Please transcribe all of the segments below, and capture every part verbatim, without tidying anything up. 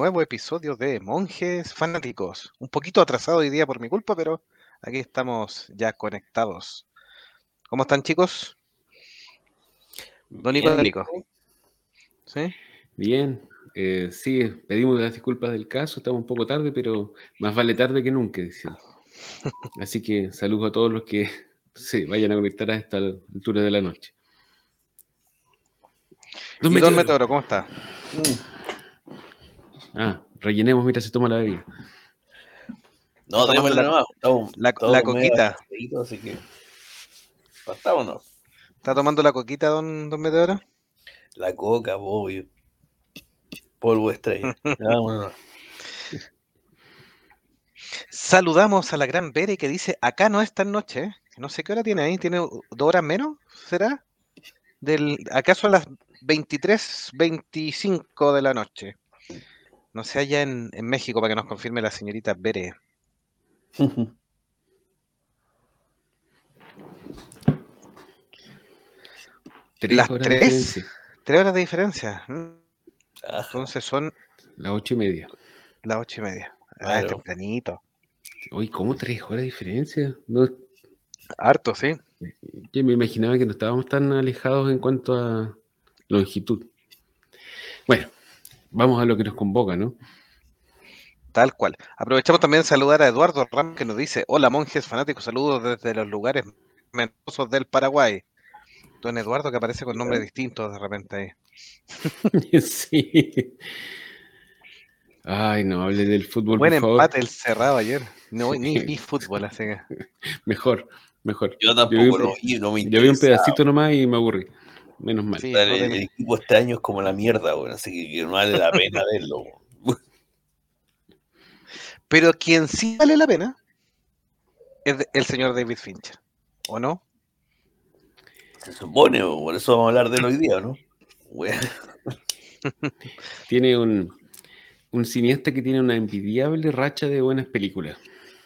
nuevo episodio de Monjes Fanáticos. Un poquito atrasado hoy día por mi culpa, pero aquí estamos ya conectados. ¿Cómo están, chicos? Don Nico Bien, de bien. Nico. ¿Sí? Bien, eh, sí, pedimos las disculpas del caso, estamos un poco tarde, pero más vale tarde que nunca, dicen. Así que saludos a todos los que se vayan a conectar a esta altura de la noche. Don Y Don Meteoro. Meteoro, ¿cómo está? Ah, rellenemos mientras se toma la bebida. Está No, tomando démosle la, nomás. Estamos, la, estamos la medio coquita. balanceaditos, así que bastámonos. ¿Está tomando la coquita, don, don Meteoro? La coca, obvio. Polvo de estrella. Vámonos. Saludamos a la gran Bere que dice, acá no es tan noche, ¿eh? No sé qué hora tiene ahí, ¿tiene dos horas menos? ¿Será? Del, acá son las veintitrés veinticinco de la noche. No sé allá en, en México para que nos confirme la señorita Bere. Tres Las horas de tres, diferencia, tres horas de diferencia. Mm, Ajá, Entonces son las ocho y media. las ocho y media. Ah, es claro. tempranito. Oye, ¿cómo tres horas de diferencia? No, Harto, sí. yo me imaginaba que no estábamos tan alejados en cuanto a longitud. Bueno, vamos a lo que nos convoca, ¿no? Tal cual. Aprovechamos también de saludar a Eduardo Ram que nos dice, hola monjes fanáticos, saludos desde los lugares ventosos del Paraguay. Don Eduardo que aparece con nombres distintos de repente ahí. Sí. Ay, no hable del fútbol, Buen por favor. empate el cerrado ayer. No, Sí. ni vi fútbol, así que. Mejor, mejor. Yo Yo vi, tampoco, no, un- y no me yo vi un interesa. pedacito nomás y me aburrí. Menos mal. Sí, El, disfruten. el equipo este año es como la mierda, bueno, así que, que no vale la pena verlo. Bueno. Pero quien sí vale la pena es de- el señor David Fincher, ¿o no? Se supone, por eso vamos a hablar de él hoy día, ¿no? Bueno, Tiene un, un cineasta que tiene una envidiable racha de buenas películas.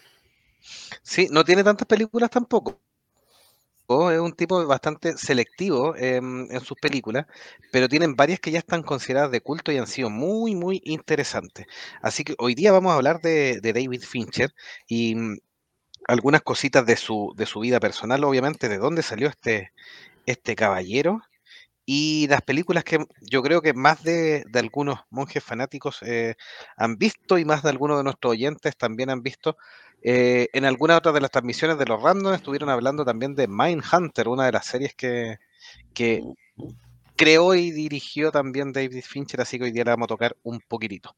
Sí, no tiene tantas películas tampoco. Es un tipo bastante selectivo em, en sus películas, pero tienen varias que ya están consideradas de culto y han sido muy, muy interesantes. Así que hoy día vamos a hablar de, de David Fincher y mm, algunas cositas de su, de su vida personal, obviamente, de dónde salió este, este caballero y las películas que yo creo que más de, de algunos monjes fanáticos eh, han visto y más de algunos de nuestros oyentes también han visto. Eh, en algunas otras de las transmisiones de los random estuvieron hablando también de Mindhunter, una de las series que, que creó y dirigió también David Fincher, así que hoy día le vamos a tocar un poquitito.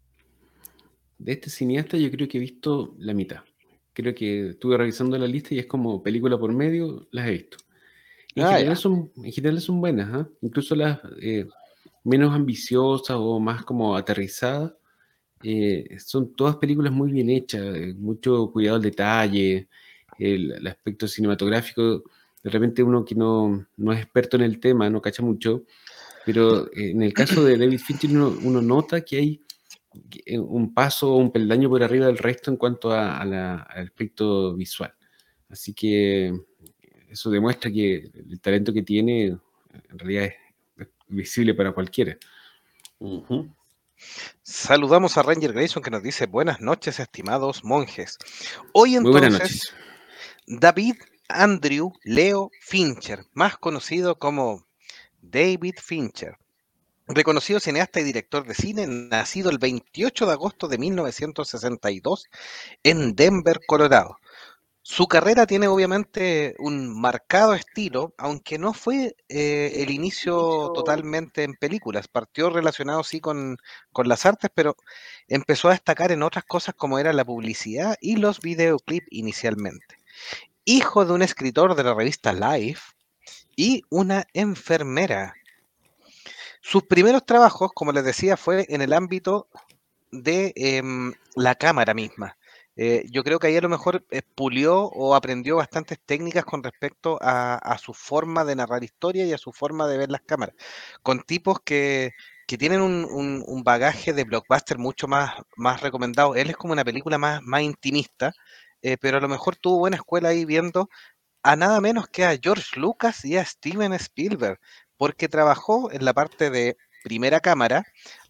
De este cineasta yo creo que he visto la mitad. Creo que estuve revisando la lista y es como película por medio, las he visto. En Ah, general ya. son, en general son buenas, ¿ah? Incluso las eh, menos ambiciosas o más como aterrizadas. Eh, son todas películas muy bien hechas, eh, mucho cuidado al detalle, el, el aspecto cinematográfico. De repente uno que no, no es experto en el tema, no cacha mucho, pero eh, en el caso de David Fincher uno, uno nota que hay eh, un paso o un peldaño por arriba del resto en cuanto a, a la- al aspecto visual. Así que eso demuestra que el talento que tiene en realidad es, es visible para cualquiera. uh-huh. Saludamos a Ranger Grayson que nos dice buenas noches, estimados monjes. Hoy Muy buenas entonces, noches. David Andrew Leo Fincher, más conocido como David Fincher, reconocido cineasta y director de cine, nacido el veintiocho de agosto de mil novecientos sesenta y dos en Denver, Colorado. Su carrera tiene obviamente un marcado estilo, aunque no fue eh, el inicio totalmente en películas. Partió relacionado sí con, con las artes, pero empezó a destacar en otras cosas como era la publicidad y los videoclips inicialmente. Hijo de un escritor de la revista Life y una enfermera. Sus primeros trabajos, como les decía, fue en el ámbito de eh, la cámara misma. Eh, yo creo que ahí a lo mejor eh, pulió o aprendió bastantes técnicas con respecto a, a, su forma de narrar historia y a su forma de ver las cámaras, con tipos que, que tienen un, un, un, bagaje de blockbuster mucho más, más recomendado. Él es como una película más, más intimista, eh, pero a lo mejor tuvo buena escuela ahí viendo a nada menos que a George Lucas y a Steven Spielberg, porque trabajó en la parte de primera cámara,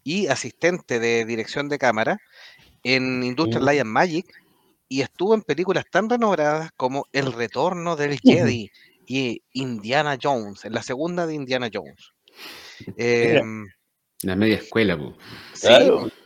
y asistente de dirección de cámara en Industrial Mm. Light and Magic, y estuvo en películas tan renombradas como El Retorno del Jedi y Indiana Jones, en la segunda de Indiana Jones. Mira, Em, La media escuela, po. sí, claro. po.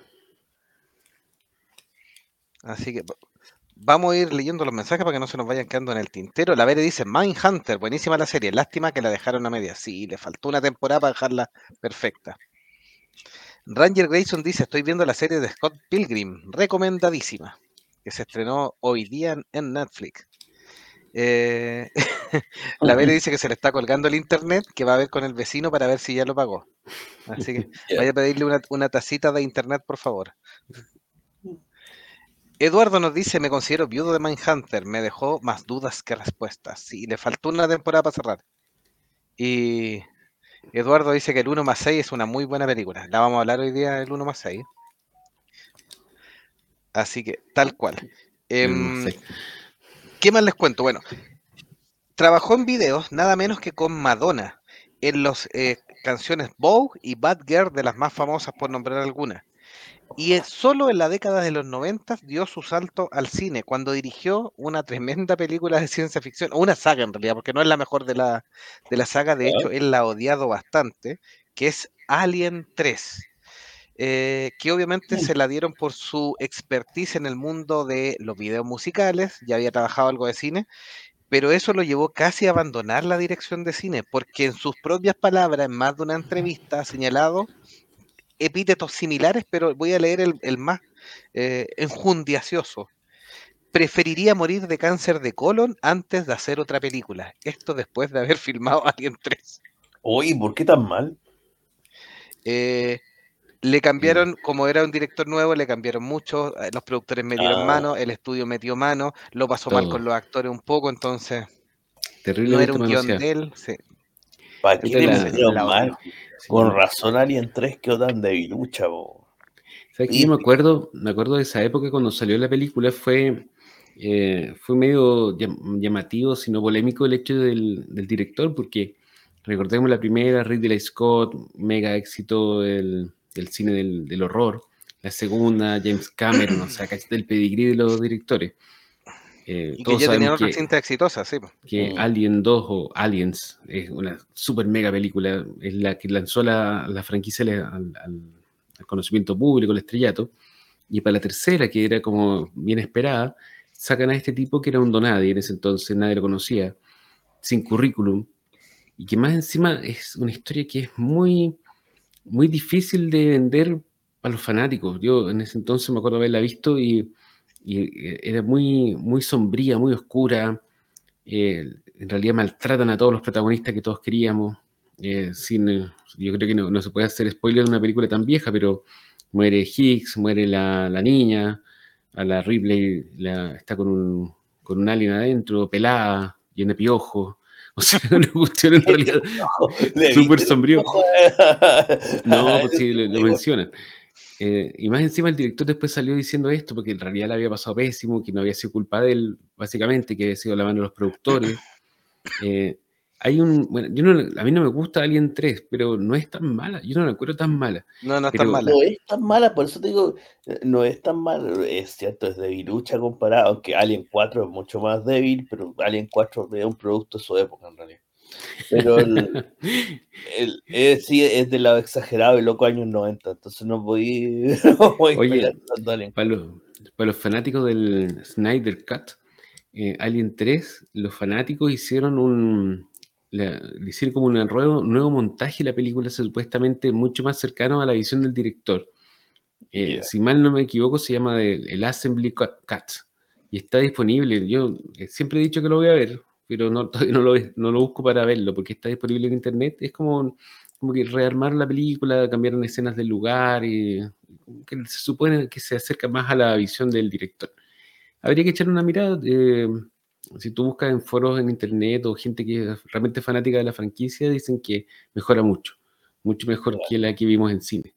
Así que va- vamos a ir leyendo los mensajes para que no se nos vayan quedando en el tintero. La Vere dice, Mindhunter, buenísima la serie, lástima que la dejaron a media. Sí, le faltó una temporada para dejarla perfecta. Ranger Grayson dice, estoy viendo la serie de Scott Pilgrim, recomendadísima, que se estrenó hoy día en, en Netflix. Eh, la Vere dice que se le está colgando el internet, que va a ver con el vecino para ver si ya lo pagó. Así que Ya. vaya a pedirle una, una tacita de internet, por favor. Eduardo nos dice, me considero viudo de Mindhunter, me dejó más dudas que respuestas. Sí, le faltó una temporada para cerrar. Y Eduardo dice que el uno más seis es una muy buena película. La vamos a hablar hoy día del uno más seis. Así que, tal cual. Pero no Em, sé. ¿Qué más les cuento? Bueno, trabajó en videos nada menos que con Madonna en las canciones Vogue y Bad Girl, de las más famosas por nombrar algunas. Y es solo en la década de los noventa dio su salto al cine, cuando dirigió una tremenda película de ciencia ficción, o una saga en realidad, porque no es la mejor de la, de la saga, de hecho él la ha odiado bastante, que es Alien tres, eh, que obviamente se la dieron por su expertise en el mundo de los videos musicales, ya había trabajado algo de cine, pero eso lo llevó casi a abandonar la dirección de cine, porque en sus propias palabras, en más de una entrevista, ha señalado epítetos similares, pero voy a leer el, el más eh, enjundicioso. Preferiría morir de cáncer de colon antes de hacer otra película. Esto después de haber filmado Alien tres. Oye, ¿por qué tan mal? Eh, le Eh, cambiaron, como era un director nuevo, le cambiaron mucho, eh, los productores metieron Ah, mano, el estudio metió mano, lo pasó mal con todo. los actores un poco, entonces no era Terriblemente un guión manoseado. de él. Sí. ¿para qué Puta, le Entonces la, metieron la mal? odió. Con sí. razón Alien tres quedó tan debilucha, po. ¿Sabes que yo me Triste. acuerdo, me acuerdo de esa época cuando salió la película? Fue, eh, fue medio llam- llamativo, sino polémico el hecho del, del director, porque recordemos la primera, Ridley Scott, mega éxito del, del cine del, del horror. La segunda, James Cameron, o sea, cachete el pedigrí de los directores. Eh, Y que todos ya tenían sabemos otras que, cintas exitosas, sí. que Mm. Alien dos o Aliens es una super mega película, es la que lanzó la, la franquicia al, al- al conocimiento público, el estrellato. Y para la tercera, que era como bien esperada, sacan a este tipo que era un donadie, en ese entonces nadie lo conocía, sin currículum, y que más encima es una historia que es muy, muy difícil de vender a los fanáticos. Yo en ese entonces me acuerdo haberla visto y, y era muy, muy sombría, muy oscura. Eh, en realidad maltratan a todos los protagonistas que todos queríamos. Eh, sin, eh, yo creo que no, no se puede hacer spoiler de una película tan vieja, pero muere Higgs, muere la, la niña, a la Ripley la, está con un, con un alien adentro, pelada, llena de piojos. O sea, una cuestión en realidad ¿Le súper viste los sombrío. ojos? No, pues sí, lo, lo mencionan. Eh, y más encima el director después salió diciendo esto, porque en realidad le había pasado pésimo, que no había sido culpa de él, básicamente, que había sido la mano de los productores. Eh, hay un, bueno, yo no, a mí no me gusta Alien tres, pero no es tan mala, yo no la encuentro tan mala. No, no es tan Pero mala. No es tan mala, por eso te digo, eh, no es tan mal, es cierto, es debilucha comparado, aunque Alien cuatro es mucho más débil, pero Alien cuatro es un producto de su época en realidad. Pero el, el- es, sí, es de lado exagerado y loco años noventa, entonces no voy, no voy a oye, pelear tanto Alien para cuatro. los, para los fanáticos del Snyder Cut, eh, Alien tres, los fanáticos hicieron un, la- le hicieron como un nuevo, nuevo montaje de la película, supuestamente mucho más cercano a la visión del director. Eh, Yeah. si mal no me equivoco, se llama el, el Assembly Cut, Cut, y está disponible. Yo eh, siempre he dicho que lo voy a ver, pero no, todavía no lo, no lo busco para verlo, porque está disponible en internet. Es como, como que rearmar la película, cambiaron escenas del lugar, y como que se supone que se acerca más a la visión del director. Habría que echar una mirada. Eh, si tú buscas en foros en internet o gente que es realmente fanática de la franquicia, dicen que mejora mucho, mucho mejor que la que vimos en cine.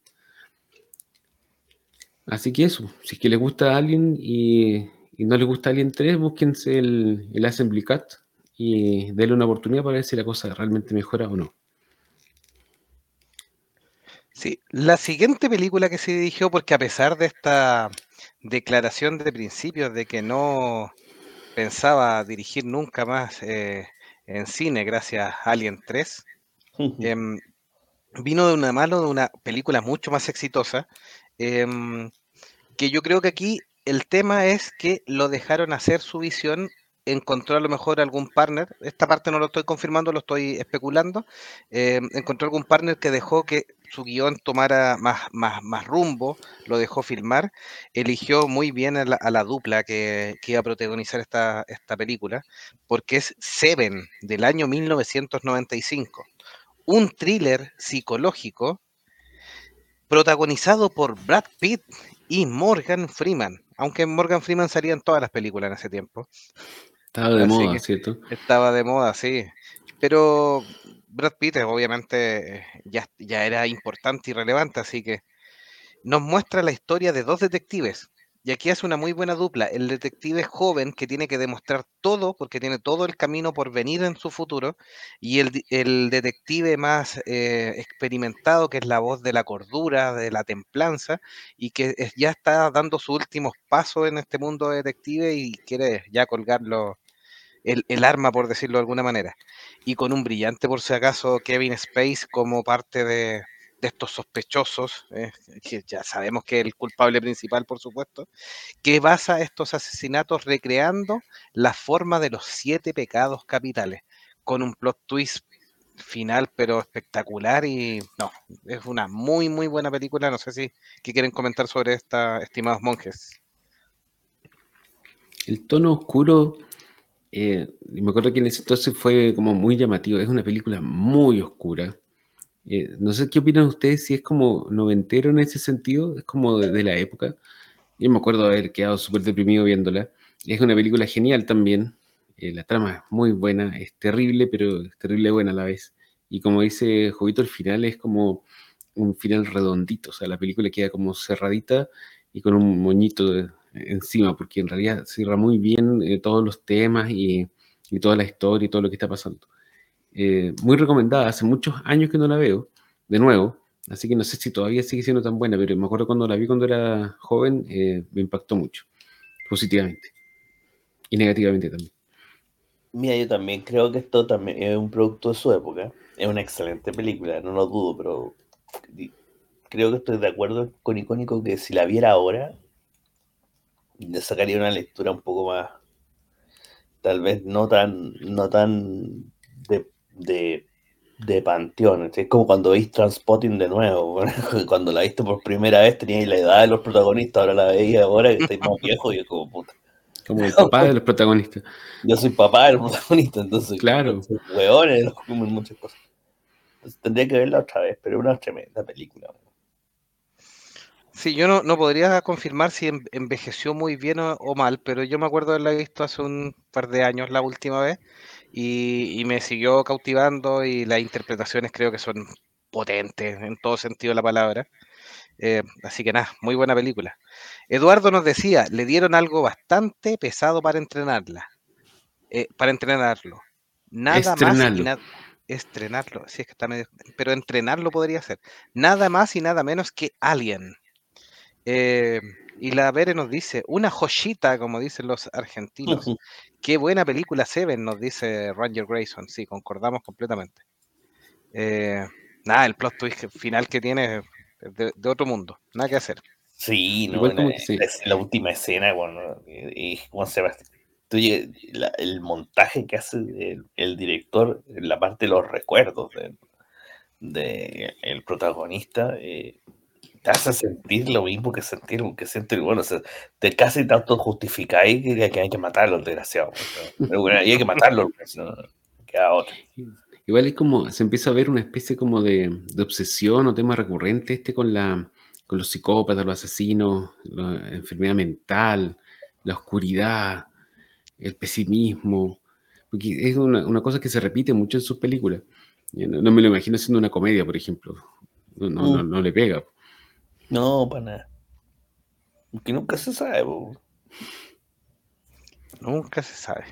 Así que eso, si es que les gusta Alien y, y no les gusta Alien tres, búsquense el, el Assembly Cut y denle una oportunidad para ver si la cosa realmente mejora o no. Sí, la siguiente película que se dirigió, porque a pesar de esta declaración de principios de que no pensaba dirigir nunca más eh, en cine gracias a Alien tres, em, vino de una mano de una película mucho más exitosa, em, que yo creo que aquí el tema es que lo dejaron hacer su visión, encontró a lo mejor algún partner, esta parte no lo estoy confirmando, lo estoy especulando, eh, encontró algún partner que dejó que su guión tomara más, más, más rumbo, lo dejó filmar, eligió muy bien a la, a la dupla que, que, iba a protagonizar esta, esta película, porque es Seven, del año mil novecientos noventa y cinco, un thriller psicológico protagonizado por Brad Pitt y Morgan Freeman, aunque Morgan Freeman salía en todas las películas en ese tiempo. Estaba de Así moda, que ¿cierto? estaba de moda, sí. Pero Brad Pitt obviamente ya, ya era importante y relevante, así que nos muestra la historia de dos detectives. Y aquí hace una muy buena dupla. El detective joven que tiene que demostrar todo, porque tiene todo el camino por venir en su futuro, y el, el detective más eh, experimentado, que es la voz de la cordura, de la templanza, y que es, ya está dando sus últimos pasos en este mundo de detective y quiere ya colgarlo el, el arma, por decirlo de alguna manera. Y con un brillante, por si acaso, Kevin Spacey como parte de, de estos sospechosos, eh, que ya sabemos que es el culpable principal, por supuesto, que basa estos asesinatos recreando la forma de los siete pecados capitales, con un plot twist final pero espectacular. Y no, es una muy muy buena película. No sé si qué quieren comentar sobre esta, estimados monjes. El tono oscuro, eh, me acuerdo que en ese entonces fue como muy llamativo, es una película muy oscura. Eh, no sé qué opinan ustedes, si es como noventero en ese sentido, es como de, de la época. Yo me acuerdo de haber quedado súper deprimido viéndola. Es una película genial también. Eh, la trama es muy buena, es terrible, pero es terrible buena a la vez. Y como dice Jovito, el final es como un final redondito. O sea, la película queda como cerradita y con un moñito de- encima, porque en realidad cierra muy bien eh, todos los temas y, y toda la historia y todo lo que está pasando. Eh, muy recomendada, hace muchos años que no la veo, de nuevo, así que no sé si todavía sigue siendo tan buena, pero me acuerdo cuando la vi cuando era joven, eh, me impactó mucho, positivamente y negativamente también. Mira, yo también creo que esto también es un producto de su época. Es una excelente película, no lo dudo, pero creo que estoy de acuerdo con Icónico que si la viera ahora, le sacaría una lectura un poco más, tal vez no tan, no tan de, de, de panteón. Es como cuando veis Transpotting de nuevo. Cuando la viste por primera vez teníais la edad de los protagonistas, ahora la veis ahora que estáis más viejos y es como puta. Como el papá de los protagonistas. Yo soy papá del protagonista, entonces Claro. son hueones, los comen muchas cosas. Entonces, tendría que verla otra vez, pero es una tremenda película. Sí, yo no, no podría confirmar si en- envejeció muy bien o, o mal, pero yo me acuerdo de haberla visto hace un par de años la última vez y, y me siguió cautivando, y las interpretaciones creo que son potentes en todo sentido de la palabra. Eh, así que nada, muy buena película. Eduardo nos decía, le dieron algo bastante pesado para entrenarla, eh, para entrenarlo. Nada más y Estrenarlo. nada, estrenarlo, sí es que está medio, pero entrenarlo podría ser. Nada más y nada menos que Alien. Eh, y la Bere nos dice, una joyita, como dicen los argentinos. Qué buena película Seven, nos dice Ranger Grayson. Sí, concordamos completamente. Eh, nada, el plot twist final que tiene es de, de otro mundo. Nada que hacer. Sí, no, Igual la, como que sí. la, la última escena, bueno, y, y ¿cómo se llama? Tú llegas- la- el montaje que hace el, el director en la parte de los recuerdos del de el protagonista, eh, te hace sentir lo mismo que sentir, que siente, bueno, o sea, te casi tanto justificáis que, que hay que matarlo, el desgraciado. O sea, pero bueno, y hay que matarlo, porque si no, queda otra. Igual es como, se empieza a ver una especie como de, de obsesión o tema recurrente este con la, con los psicópatas, los asesinos, la enfermedad mental, la oscuridad, el pesimismo, porque es una, una cosa que se repite mucho en sus películas. Yo No, no me lo imagino haciendo una comedia, por ejemplo. No, no, no, Mm, no le pega. no, para nada. Porque nunca se sabe, po. Nunca se sabe.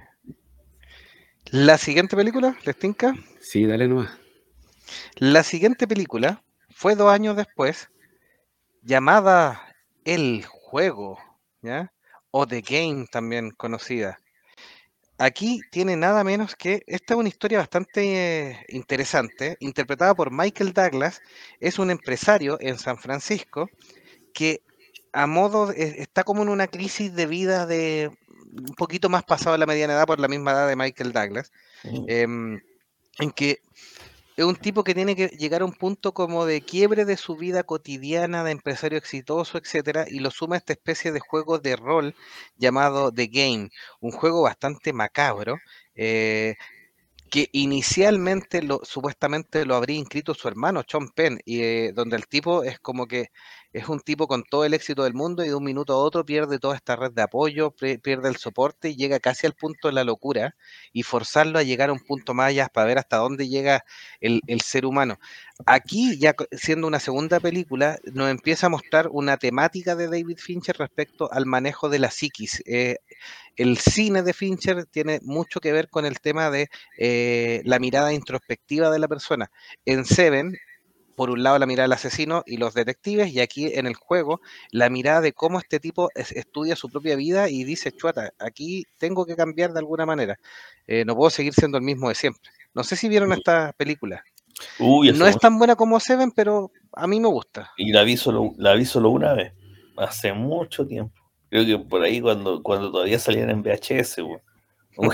La siguiente película, ¿les tinca? Sí, dale nomás. La siguiente película fue dos años después, llamada El Juego, ¿ya? O The Game, también conocida. Aquí tiene nada menos que, esta es una historia bastante eh, interesante, interpretada por Michael Douglas. Es un empresario en San Francisco que a modo, de- eh, está como en una crisis de vida de un poquito más pasado la mediana edad, por la misma edad de Michael Douglas, Mm. em, en que es un tipo que tiene que llegar a un punto como de quiebre de su vida cotidiana de empresario exitoso, etcétera, y lo suma a esta especie de juego de rol llamado The Game, un juego bastante macabro, eh, que inicialmente lo, supuestamente lo habría inscrito su hermano Sean Penn, y eh, donde el tipo es como que es un tipo con todo el éxito del mundo y de un minuto a otro pierde toda esta red de apoyo, pre- pierde el soporte y llega casi al punto de la locura, y forzarlo a llegar a un punto más allá para ver hasta dónde llega el, el ser humano. Aquí, ya co- siendo una segunda película, nos empieza a mostrar una temática de David Fincher respecto al manejo de la psiquis. Eh, el cine de Fincher tiene mucho que ver con el tema de eh, la mirada introspectiva de la persona. En Seven, por un lado la mirada del asesino y los detectives, y aquí en el juego la mirada de cómo este tipo es, estudia su propia vida y dice, chuata, aquí tengo que cambiar de alguna manera, eh, no puedo seguir siendo el mismo de siempre. No sé si vieron esta película. Uy, hace No es mucho. tan buena como Seven, pero a mí me gusta. Y la vi solo, la vi solo una vez, hace mucho tiempo. Creo que por ahí cuando, cuando todavía salían en V H S, weón. Uy,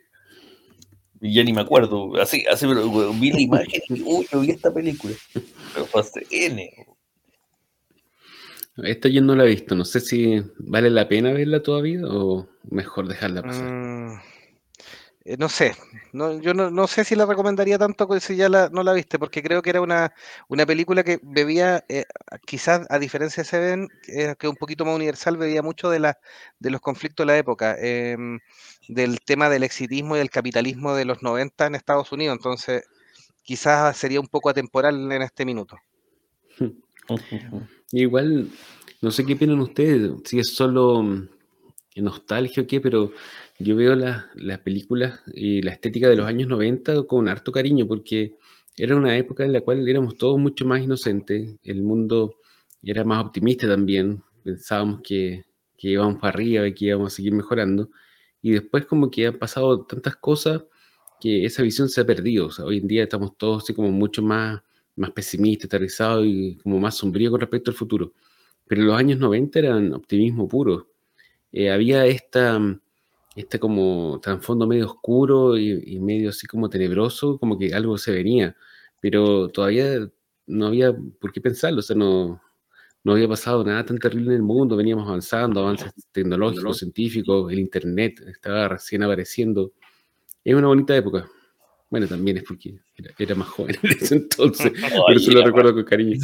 y ya ni me acuerdo. Así, así, pero weón, vi la imagen y uy, yo vi esta película. Pero fue hace N. weón. Esta yo no la he visto, no sé si vale la pena verla todavía o mejor dejarla pasar. Mm, eh, no sé, no, yo no, no sé si la recomendaría tanto co- si ya la, no la viste, porque creo que era una, una película que bebía, eh, a- quizás a diferencia de Seven, que que es un poquito más universal, bebía mucho de, la, de los conflictos de la época, em, del tema del exitismo y del capitalismo de los noventa en Estados Unidos, entonces quizás sería un poco atemporal en este minuto. Igual, no sé qué opinan ustedes, si es solo mm, nostalgia o qué, pero yo veo las, las películas y la estética de los años noventa con harto cariño, porque era una época en la cual éramos todos mucho más inocentes, el mundo era más optimista también, pensábamos que, que íbamos para arriba y que íbamos a seguir mejorando, y después como que han pasado tantas cosas que esa visión se ha perdido. O sea, hoy en día estamos todos así como mucho más, más pesimistas, aterrizados y como más sombríos con respecto al futuro. Pero los años noventa eran optimismo puro. Eh, había esta, este como trasfondo medio oscuro y, y medio así como tenebroso, como que algo se venía, pero todavía no había por qué pensarlo, o sea, no, no había pasado nada tan terrible en el mundo, veníamos avanzando, avances tecnológicos, científicos, el internet estaba recién apareciendo. Es una bonita época. Bueno, también es porque era, era más joven en ese entonces, por eso Oye, lo era recuerdo con cariño.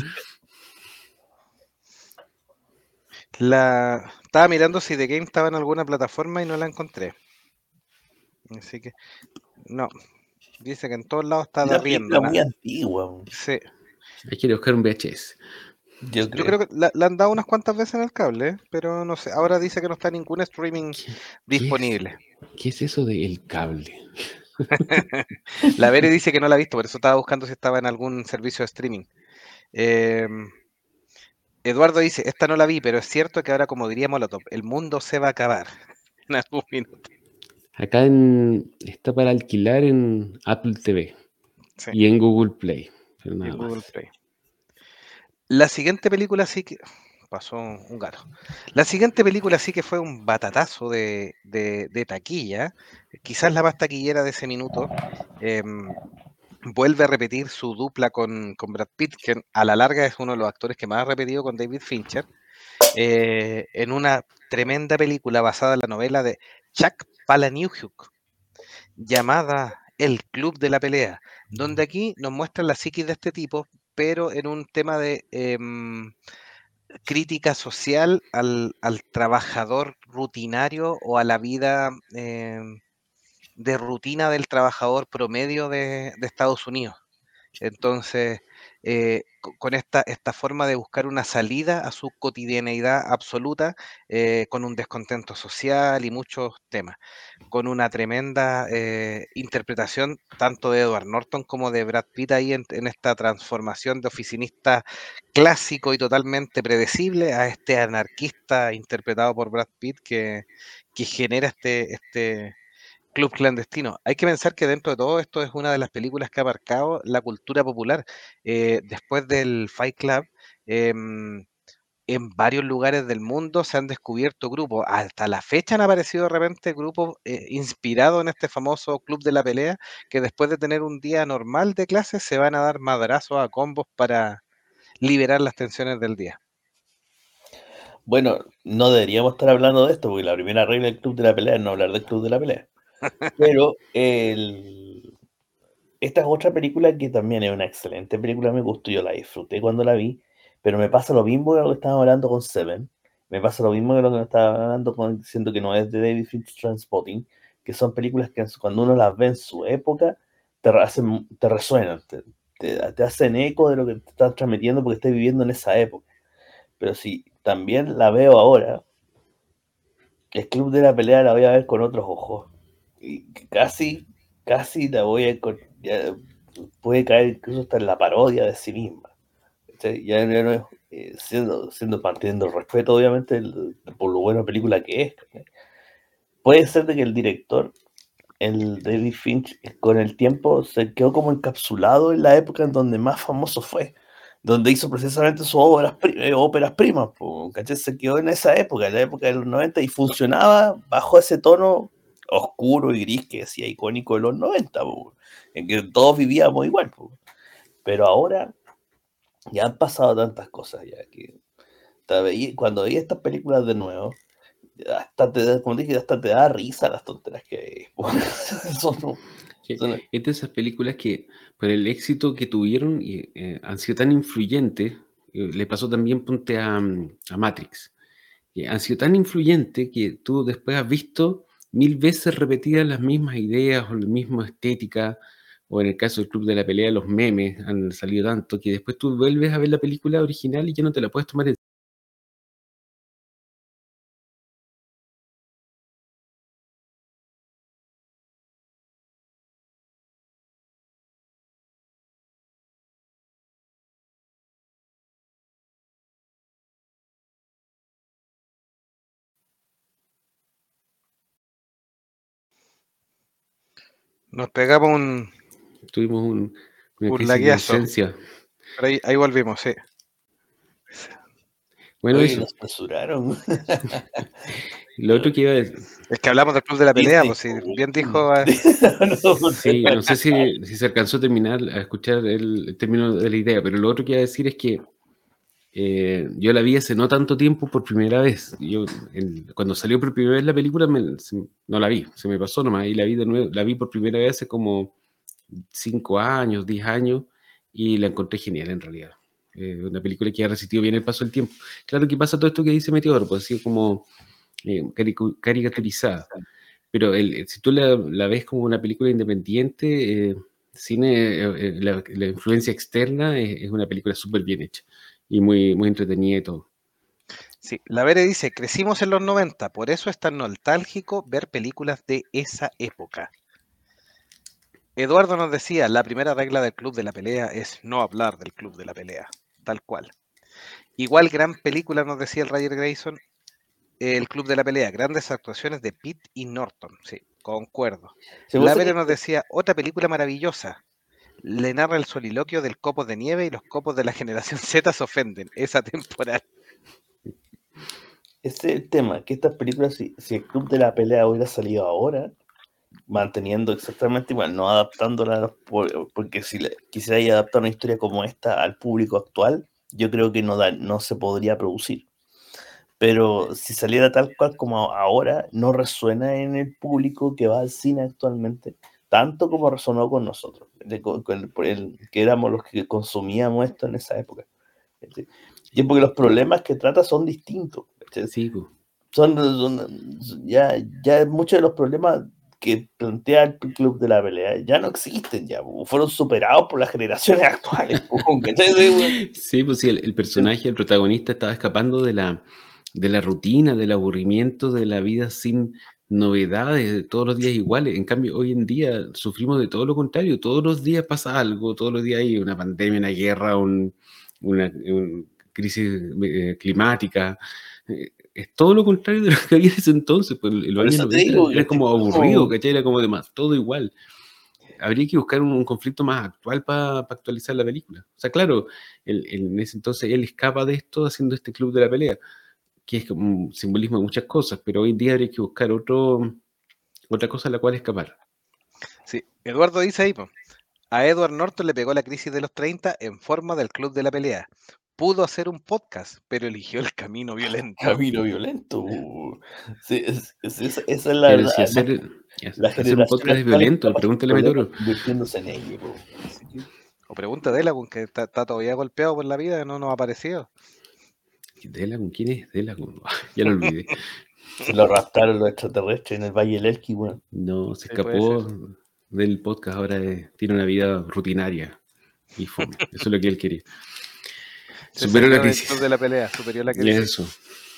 La, estaba mirando si The Game estaba en alguna plataforma y no la encontré, así que no, dice que en todos lados está de una arriendo. película Na- muy antigua, weón. sí. Hay que ir a buscar un V H S. Yo Yo creo. creo que la, la han dado unas cuantas veces en el cable, ¿eh? Pero no sé. Ahora dice que no está ningún streaming ¿Qué, qué es, disponible. qué es eso del cable? La Bere dice que no la ha visto, por eso estaba buscando si estaba en algún servicio de streaming. Eh, Eduardo dice, esta no la vi, pero es cierto que ahora, como diría Molotov, el mundo se va a acabar en algún minuto. Acá en, está para alquilar en Apple T V Sí, y en Google Play, pero y nada en Google más. Play. La siguiente película sí que... Pasó un gato. La siguiente película sí que fue un batatazo de, de- de taquilla, quizás la más taquillera de ese minuto. em, Vuelve a repetir su dupla con, con Brad Pitt, que a la larga es uno de los actores que más ha repetido con David Fincher, eh, en una tremenda película basada en la novela de Chuck Palahniuk, llamada El Club de la Pelea, donde aquí nos muestran la psiquis de este tipo, pero en un tema de em, crítica social al, al trabajador rutinario o a la vida em, de rutina del trabajador promedio de, de Estados Unidos. Entonces, eh, co- con esta, esta forma de buscar una salida a su cotidianeidad absoluta, eh, con un descontento social y muchos temas, con una tremenda eh, interpretación tanto de Edward Norton como de Brad Pitt ahí en, en esta transformación de oficinista clásico y totalmente predecible a este anarquista interpretado por Brad Pitt que, que genera este, este club clandestino. Hay que pensar que dentro de todo esto es una de las películas que ha marcado la cultura popular. Eh, después del Fight Club, em, en varios lugares del mundo se han descubierto grupos. Hasta la fecha han aparecido de repente grupos eh, inspirados en este famoso club de la pelea, que después de tener un día normal de clases se van a dar madrazos a combos para liberar las tensiones del día. Bueno, no deberíamos estar hablando de esto, porque la primera regla del club de la pelea es no hablar del club de la pelea. Pero el... esta es otra película que también es una excelente película, me gustó, yo la disfruté cuando la vi, pero me pasa lo mismo que lo que estábamos hablando con Seven, me pasa lo mismo que lo que estaba hablando con, diciendo que no es de David Fincher, Trainspotting, que son películas que cuando uno las ve en su época, te, hacen, te resuenan, te, te, te hacen eco de lo que te están transmitiendo porque estás viviendo en esa época. Pero si también la veo ahora, el club de la pelea la voy a ver con otros ojos. Y casi, casi la voy a... Ya puede caer incluso hasta en la parodia de sí misma. ¿Sí? Ya, ya no es, eh, siendo, siendo partiendo el respeto, obviamente, el, por lo buena película que es. ¿Sí? Puede ser de que el director, el David Finch, con el tiempo se quedó como encapsulado en la época en donde más famoso fue, donde hizo precisamente sus óperas, eh, óperas primas, ¿cachai? Se quedó en esa época, en la época de los noventa, y funcionaba bajo ese tono oscuro y gris que decía icónico de los noventa, po, en que todos vivíamos igual. Po. Pero ahora ya han pasado tantas cosas, ya que cuando veía estas películas de nuevo, hasta te da, como dije, hasta te da risa las tonteras que hay. Son, son... Es de esas películas que por el éxito que tuvieron y, eh, han sido tan influyentes, eh, le pasó también, ponte a, a Matrix, que han sido tan influyentes que tú después has visto mil veces repetidas las mismas ideas o la misma estética, o en el caso del Club de la Pelea, los memes han salido tanto que después tú vuelves a ver la película original y ya no te la puedes tomar en Nos pegamos un... Tuvimos un, una un crisis de lagueazo. esencia. Pero ahí, ahí volvimos, sí. Bueno, Oye, eso. Nos censuraron. Lo otro que iba a decir... Es que hablamos del club de la pelea, pues si bien dijo... Eh... Sí, no sé si, si se alcanzó a terminar, a escuchar el, el término de la idea, pero lo otro que iba a decir es que eh, yo la vi hace no tanto tiempo por primera vez. Yo, en, cuando salió por primera vez la película, me, se, no la vi, se me pasó nomás, y la vi de nuevo, la vi por primera vez hace como cinco años, diez años, y la encontré genial en realidad. Eh, una película que ha resistido bien el paso del tiempo. Claro que pasa todo esto que dice Meteor, pues así como eh, caricaturizada. Pero el, si tú la, la ves como una película independiente, eh, cine, eh, la, la influencia externa es, es una película súper bien hecha y muy, muy entretenida y todo. Sí, la Vere dice, crecimos en los noventa, por eso es tan nostálgico ver películas de esa época. Eduardo nos decía, la primera regla del club de la pelea es no hablar del club de la pelea, tal cual. Igual gran película nos decía el Roger Grayson, el club de la pelea, grandes actuaciones de Pitt y Norton, sí, concuerdo. La Vere nos decía, otra película maravillosa, le narra el soliloquio del copo de nieve y los copos de la generación Z se ofenden, esa temporada. Ese es el tema, que estas películas, si, si el club de la pelea hubiera salido ahora, manteniendo exactamente igual, no adaptándola, por, porque si le, quisiera adaptar una historia como esta al público actual, yo creo que no, da, no se podría producir. Pero si saliera tal cual como ahora, no resuena en el público que va al cine actualmente, tanto como resonó con nosotros, de, con, con el, el, que éramos los que consumíamos esto en esa época. ¿Sí? Y porque los problemas que trata son distintos. Sí, pues. Son, son, ya, ya muchos de los problemas que plantea el club de la pelea ya no existen, ya fueron superados por las generaciones actuales. Sí, pues sí, el, el personaje, el protagonista estaba escapando de la, de la rutina, del aburrimiento de la vida sin novedades, de todos los días iguales. En cambio, hoy en día sufrimos de todo lo contrario, todos los días pasa algo, todos los días hay una pandemia, una guerra, un, una, una crisis eh, climática. Eh, es todo lo contrario de lo que había en ese entonces, pues en los años noventa era, era como aburrido, ¿cachai? Era como demás, todo igual. Habría que buscar un, un conflicto más actual para pa actualizar la película. O sea, claro, el, el, en ese entonces él escapa de esto haciendo este club de la pelea, que es como un simbolismo de muchas cosas, pero hoy en día habría que buscar otro, otra cosa a la cual escapar. Sí, Eduardo dice ahí, pues, a Edward Norton le pegó la crisis de los treinta en forma del club de la pelea. Pudo hacer un podcast, pero eligió el camino violento. Camino violento. Sí, es, es, es, esa es la Pero verdad. si hacer, La hacer un podcast es violento, pregúntale a Metoro. Convirtiéndose en ello, bro. O pregunta de Delagun, que está, está todavía golpeado por la vida, no nos ha aparecido. ¿Delagun? ¿Quién es Delagun? Ya lo olvidé. Se lo raptaron los extraterrestres en el Valle del Elqui, bueno. No, se Sí, escapó del podcast, ahora es, tiene una vida rutinaria y fome. Eso es lo que él quería. Se Superó la salió del crisis. club de la pelea, superó la Y crisis. eso.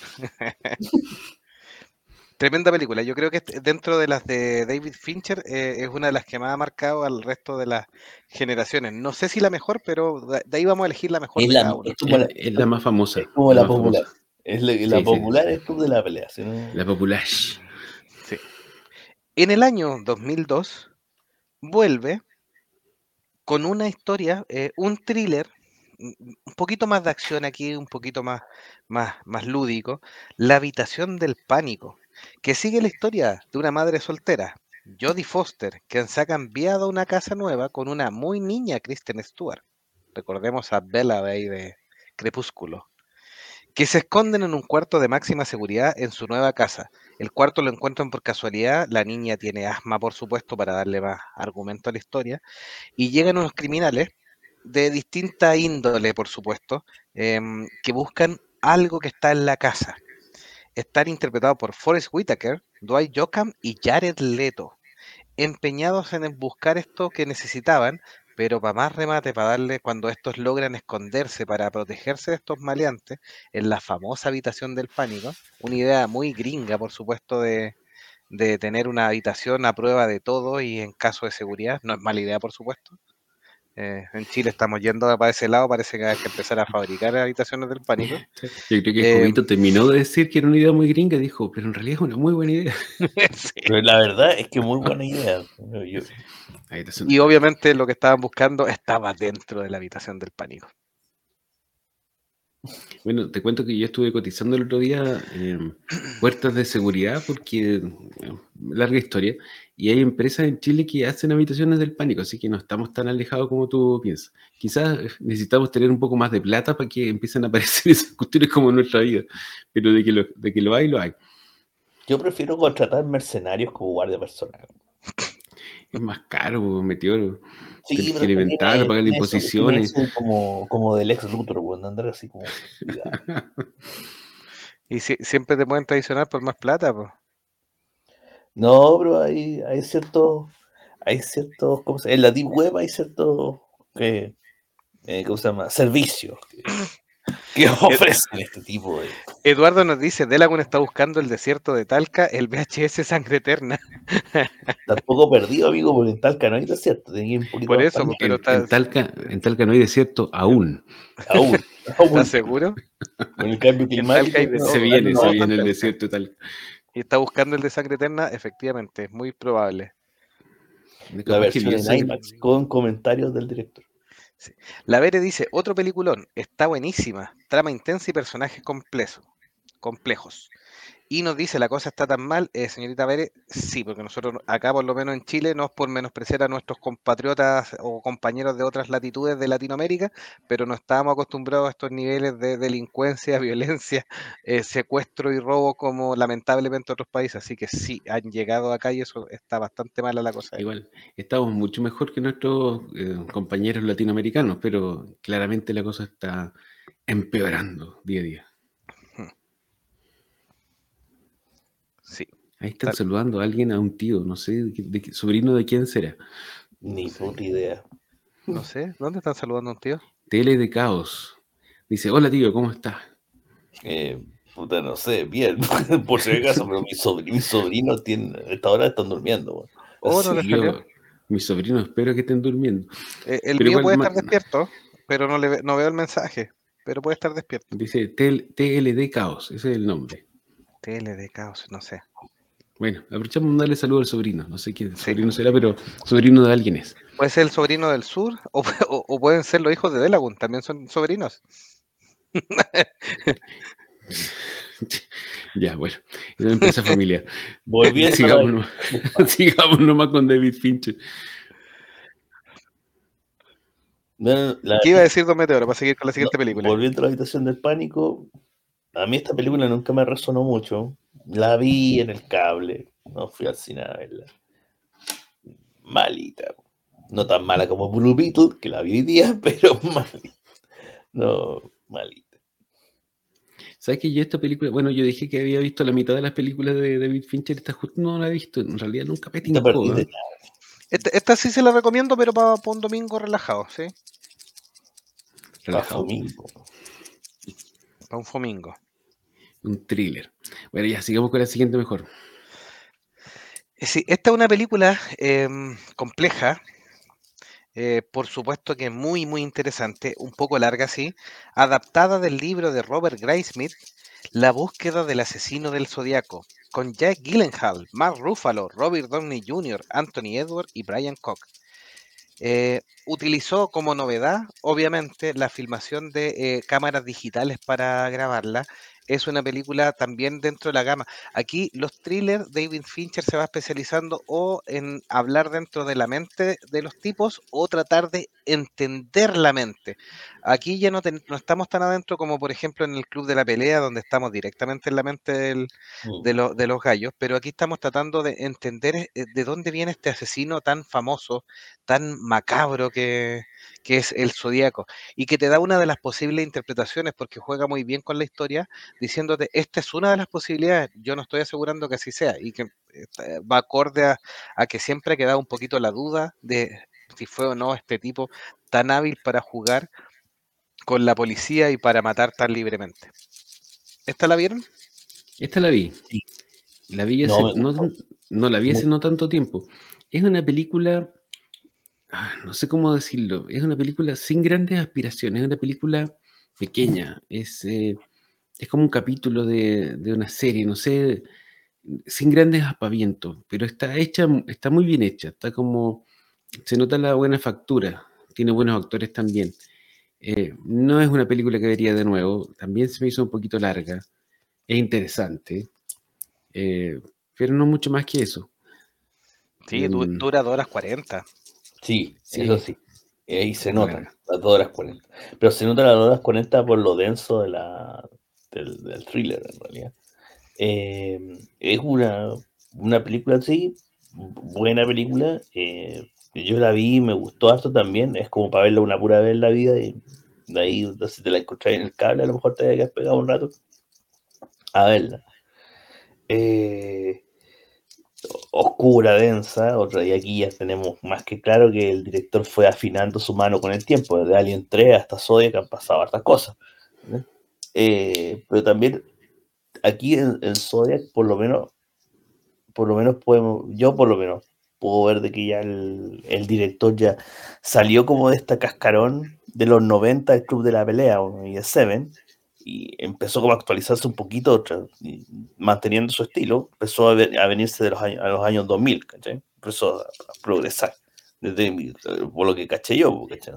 Tremenda película. Yo creo que est- dentro de las de David Fincher eh, es una de las que más ha marcado al resto de las generaciones. No sé si la mejor, pero de de ahí vamos a elegir la mejor Es de la, cada uno. es como la, Es, es la más famosa. es como la la más popular. famosa. Es la, la Sí, sí. popular es club de la pelea. ¿Sí, no? La popular. Sí. En el año dos mil dos vuelve con una historia, eh, un thriller, un un poquito más de acción aquí, un poquito más, más, más lúdico, La habitación del pánico, que sigue la historia de una madre soltera, Jodie Foster, que se ha cambiado a una casa nueva con una muy niña Kristen Stewart. Recordemos a Bella de ahí de Crepúsculo, que se esconden en un cuarto de máxima seguridad en su nueva casa. El cuarto lo encuentran por casualidad, la niña tiene asma, por supuesto, para darle más argumento a la historia, y llegan unos criminales de distinta índole, por supuesto, em, que buscan algo que está en la casa. Están interpretados por Forest Whitaker, Dwight Yoakam y Jared Leto, empeñados en buscar esto que necesitaban, pero para más remate, para darle, cuando estos logran esconderse para protegerse de estos maleantes, en la famosa habitación del pánico, una idea muy gringa, por supuesto, de, de tener una habitación a prueba de todo y en caso de seguridad, no es mala idea, por supuesto. Eh, en Chile estamos yendo para ese lado, parece que hay que empezar a fabricar habitaciones del pánico. Yo creo que Eh, Jovito terminó de decir que era una idea muy gringa, dijo, pero en realidad es una muy buena idea. sí. Pero la verdad es que muy buena idea. Yo, Y obviamente lo que estaban buscando estaba dentro de la habitación del pánico. Bueno, te cuento que yo estuve cotizando el otro día eh, puertas de seguridad porque, bueno, larga historia, y hay empresas en Chile que hacen habitaciones del pánico, así que no estamos tan alejados como tú piensas. Quizás necesitamos tener un poco más de plata para que empiecen a aparecer esas cuestiones como en nuestra vida, pero de que lo, de que lo hay, lo hay. yo prefiero contratar mercenarios como guardia personal. Es más caro, Meteoro. Sí, Tienes pero que alimentar, tiene, pagar tiene imposiciones. eso, como, como del ex Luthor, bueno, andar así como. Y si, siempre te pueden traicionar por más plata, pues. No, pero hay, hay ciertos, hay ciertos, ¿cómo se llama? En la Deep Web hay ciertos, eh, eh, ¿cómo se llama? Servicios que, que ofrecen este tipo de... Eduardo nos dice, Delagun está buscando el desierto de Talca, el V H S Sangre Eterna. Tampoco perdido, amigo, porque en Talca no hay desierto, tenía un poquito Por más eso, para pues, pero En, en estás, Talca, en Talca no hay desierto aún. aún, aún. ¿estás seguro? Con el cambio En Talca climático. hay de no, Se todo. viene, no, se no, viene el Talca. desierto de Talca. Y está buscando el de Sangre Eterna, efectivamente, es muy probable. la Capaz que versión vi en eso. IMAX con comentarios del director. Sí. La Vere dice, otro peliculón, está buenísima, trama intensa y personajes complejos. complejos. Y nos dice, la cosa está tan mal, eh, señorita Vere, sí, porque nosotros acá, por lo menos en Chile, no es por menospreciar a nuestros compatriotas o compañeros de otras latitudes de Latinoamérica, pero no estábamos acostumbrados a estos niveles de delincuencia, violencia, eh, secuestro y robo como lamentablemente otros países. Así que sí, han llegado acá y eso está bastante mala la cosa. Igual, estamos mucho mejor que nuestros eh, compañeros latinoamericanos, pero claramente la cosa está empeorando día a día. Sí. Ahí están Tal- saludando a alguien, a un tío, no sé, de, qué- de qué- sobrino de quién será. Ni Sí. puta idea. No sé, ¿dónde están saludando a un tío? Tele de Caos. Dice, hola tío, ¿cómo estás? Eh, puta, no sé, bien, por si acaso, pero mis sobrinos, mis sobrinos tienen, a esta hora están durmiendo, weón. Oh, no Así le que, salió. Yo, mis sobrinos, espero que estén durmiendo. Eh, el Pero mío igual, puede ma- estar despierto, pero no, le, ve- no veo el mensaje, pero puede estar despierto. dice T L D Caos, ese es el nombre. Tele de caos, no sé. Bueno, aprovechamos de darle saludo al sobrino. No sé quién Sí. sobrino será, pero sobrino de alguien es. Puede ser el sobrino del sur o, pu- o- o pueden ser los hijos de Delagun, también son sobrinos. Ya, bueno, es una empresa familiar. volviendo a sigamos, la, nomás, sigamos nomás con David Fincher. no, la- ¿Qué iba a decir Don Meteoro para seguir con la no, siguiente película? volviendo a la habitación del pánico, a mí esta película nunca me resonó mucho. La vi en el cable, no fui al cine a verla. Malita. No tan mala como Blue Beetle, que la vi hoy día, pero malita. No, malita. ¿Sabes que yo esta película, bueno, yo dije que había visto la mitad de las películas de David Fincher, esta justo no la he visto, en realidad nunca me Te tincó, perdí de ¿eh? nada. Esta, esta sí se la recomiendo, pero para un domingo relajado, ¿sí? Pa' Relajado, Fomingo. Para un fomingo. un thriller. Bueno, ya sigamos con la siguiente mejor. Eh, Sí, esta es una película em, compleja, eh, por supuesto que muy, muy interesante, un poco larga, sí, adaptada del libro de Robert Graysmith, La búsqueda del asesino del Zodiaco, con Jack Gyllenhaal, Mark Ruffalo, Robert Downey junior, Anthony Edwards y Brian Cox. Eh, utilizó como novedad, obviamente, la filmación de eh, cámaras digitales para grabarla. Es una película también dentro de la gama. Aquí los thrillers, David Fincher se va especializando o en hablar dentro de la mente de los tipos o tratar de entender la mente. Aquí ya no, ten- no estamos tan adentro como por ejemplo en el Club de la Pelea, donde estamos directamente en la mente del- Mm. de, lo- de los gallos, pero aquí estamos tratando de entender eh, de dónde viene este asesino tan famoso, tan macabro que, que es el Zodíaco, y que te da una de las posibles interpretaciones porque juega muy bien con la historia, diciéndote, esta es una de las posibilidades, yo no estoy asegurando que así sea, y que eh, va acorde a, a que siempre ha quedado un poquito la duda de si fue o no este tipo tan hábil para jugar con la policía y para matar tan libremente. ¿Esta la vieron? Esta la vi. Sí. La vi No, hace, me no, gustó. no la vi hace Muy- no tanto tiempo. Es una película, ah, no sé cómo decirlo, es una película sin grandes aspiraciones, es una película pequeña, es, eh, es como un capítulo de, de una serie, no sé, sin grandes aspavientos, pero está hecha, está muy bien hecha, está como, se nota la buena factura, tiene buenos actores también. Eh, no es una película que vería de nuevo, también se me hizo un poquito larga, es interesante, eh, pero no mucho más que eso. Sí, du- Em, dura dos horas cuarenta. Sí, eso sí, sí. Y ahí se un poco notan larga. las dos horas cuarenta. Pero se nota las dos horas cuarenta por lo denso de la, del, del thriller, en realidad. Eh, es una, una película así, buena película. eh, yo la vi y me gustó harto también. Es como para verla una pura vez en la vida. Y de ahí, si te la encontrás en el cable, a lo mejor te voy a quedar pegado un rato a verla. Eh, oscura, densa, otra, y aquí ya tenemos más que claro que el director fue afinando su mano con el tiempo, desde Alien tres hasta Zodiac han pasado hartas cosas. ¿no? Eh, pero también aquí en, en Zodiac, por lo menos, por lo menos podemos, yo por lo menos, puedo ver de que ya el, el director ya salió como de esta cascarón de los noventa, el Club de la Pelea o- y el Seven, y empezó como a actualizarse un poquito, otra, y manteniendo su estilo, empezó a, ver- a venirse de los años, a los años dos mil, ¿cachai? Empezó a, a progresar, desde mi- por lo que caché yo, ¿cachai?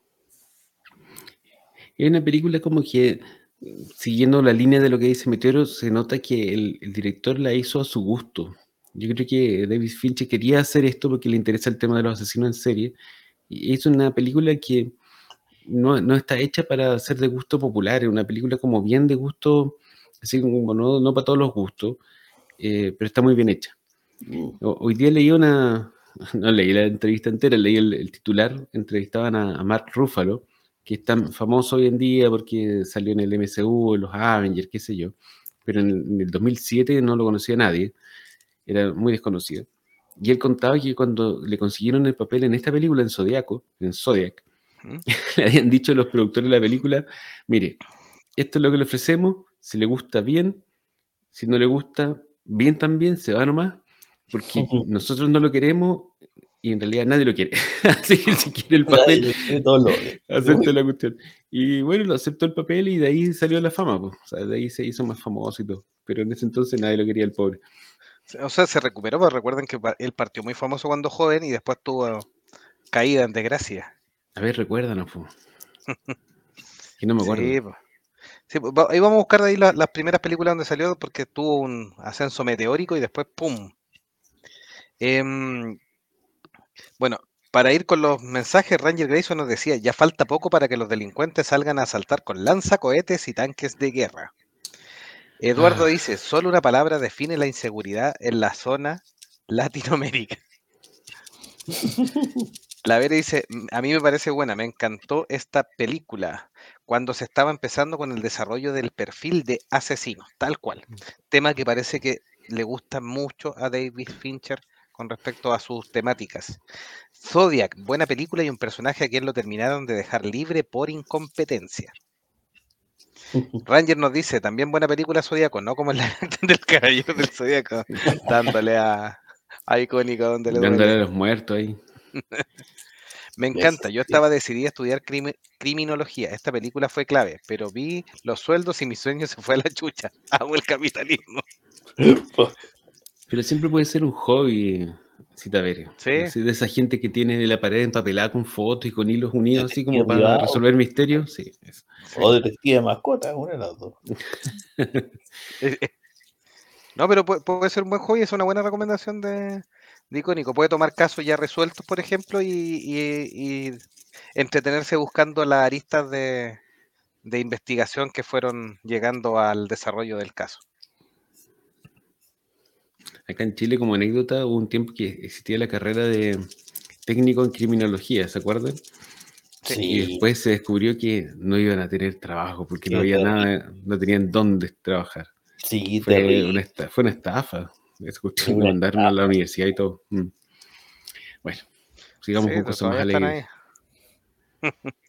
Es una película como que, siguiendo la línea de lo que dice Meteoro, se nota que el, el director la hizo a su gusto. Yo creo que David Fincher quería hacer esto porque le interesa el tema de los asesinos en serie. Y es una película que no, no está hecha para ser de gusto popular, es una película como bien de gusto, así como no, no para todos los gustos, eh, pero está muy bien hecha. Mm. O- Hoy día leí una, no leí la entrevista entera, leí el, el titular, entrevistaban a, a Mark Ruffalo, que es tan famoso hoy en día porque salió en el M C U, en los Avengers, qué sé yo, pero en, en el dos mil siete no lo conocía nadie. era muy desconocido. Y él contaba que cuando le consiguieron el papel en esta película, en Zodiaco, en Zodiac, ¿Mm? le habían dicho a los productores de la película, mire, esto es lo que le ofrecemos, si le gusta bien, si no le gusta bien también, se va nomás, porque nosotros no lo queremos y en realidad nadie lo quiere. Así que si quiere el Nadie papel, lo quiere, todos lo odian. acepta la cuestión. Y bueno, lo aceptó el papel y de ahí salió la fama, pues. O sea, de ahí se hizo más famoso y todo. Pero en ese entonces nadie lo quería, el pobre. O sea, se recuperó, pero recuerden que pa- él partió muy famoso cuando joven y después tuvo caída en desgracia. A ver, recuérdanos, pues. Que no me acuerdo. Sí, pues. Sí, pues, va- ahí vamos a buscar de ahí la- las primeras películas donde salió porque tuvo un ascenso meteórico y después ¡pum! Em, bueno, para ir con los mensajes, Ranger Grayson nos decía, ya falta poco para que los delincuentes salgan a asaltar con lanzacohetes y tanques de guerra. Eduardo Ah, dice, solo una palabra define la inseguridad en la zona Latinoamérica. La Vera dice, "Mm, a mí me parece buena, me encantó esta película cuando se estaba empezando con el desarrollo del perfil de asesino, tal cual. Tema que parece que le gusta mucho a David Fincher con respecto a sus temáticas. Zodiac, buena película y un personaje a quien lo terminaron de dejar libre por incompetencia. Ranger nos dice, también buena película Zodiaco, no como la del caballero del Zodiaco, dándole a, a icónico donde le dándole a duele. los muertos ahí. Me encanta, yo estaba decidida a estudiar crimi- criminología. Esta película fue clave, pero vi los sueldos y mi sueño se fue a la chucha. Amo el capitalismo. Pero siempre puede ser un hobby, Cita Vere. Sí, Así de esa gente que tiene la pared empapelada con fotos y con hilos unidos, así como Detective para privado resolver misterios. Sí, eso. sí. o detective de mascota, una de las dos. Eh, eh, No, pero puede, puede ser un buen hobby, es una buena recomendación de, de icónico. Puede tomar casos ya resueltos, por ejemplo, y, y- y entretenerse buscando las aristas de, de investigación que fueron llegando al desarrollo del caso. Acá en Chile, como anécdota, hubo un tiempo que existía la carrera de técnico en criminología, ¿se acuerdan? Sí. Y Sí, después se descubrió que no iban a tener trabajo porque no qué había terrible. nada, no tenían dónde trabajar. Sí, Fue terrible. una estafa, fue una estafa. Esa cuestión lo Una mandaron a la estafa. universidad y todo. Mm. Bueno, sigamos Sí, con to- cosas más todavía están alegres. ahí.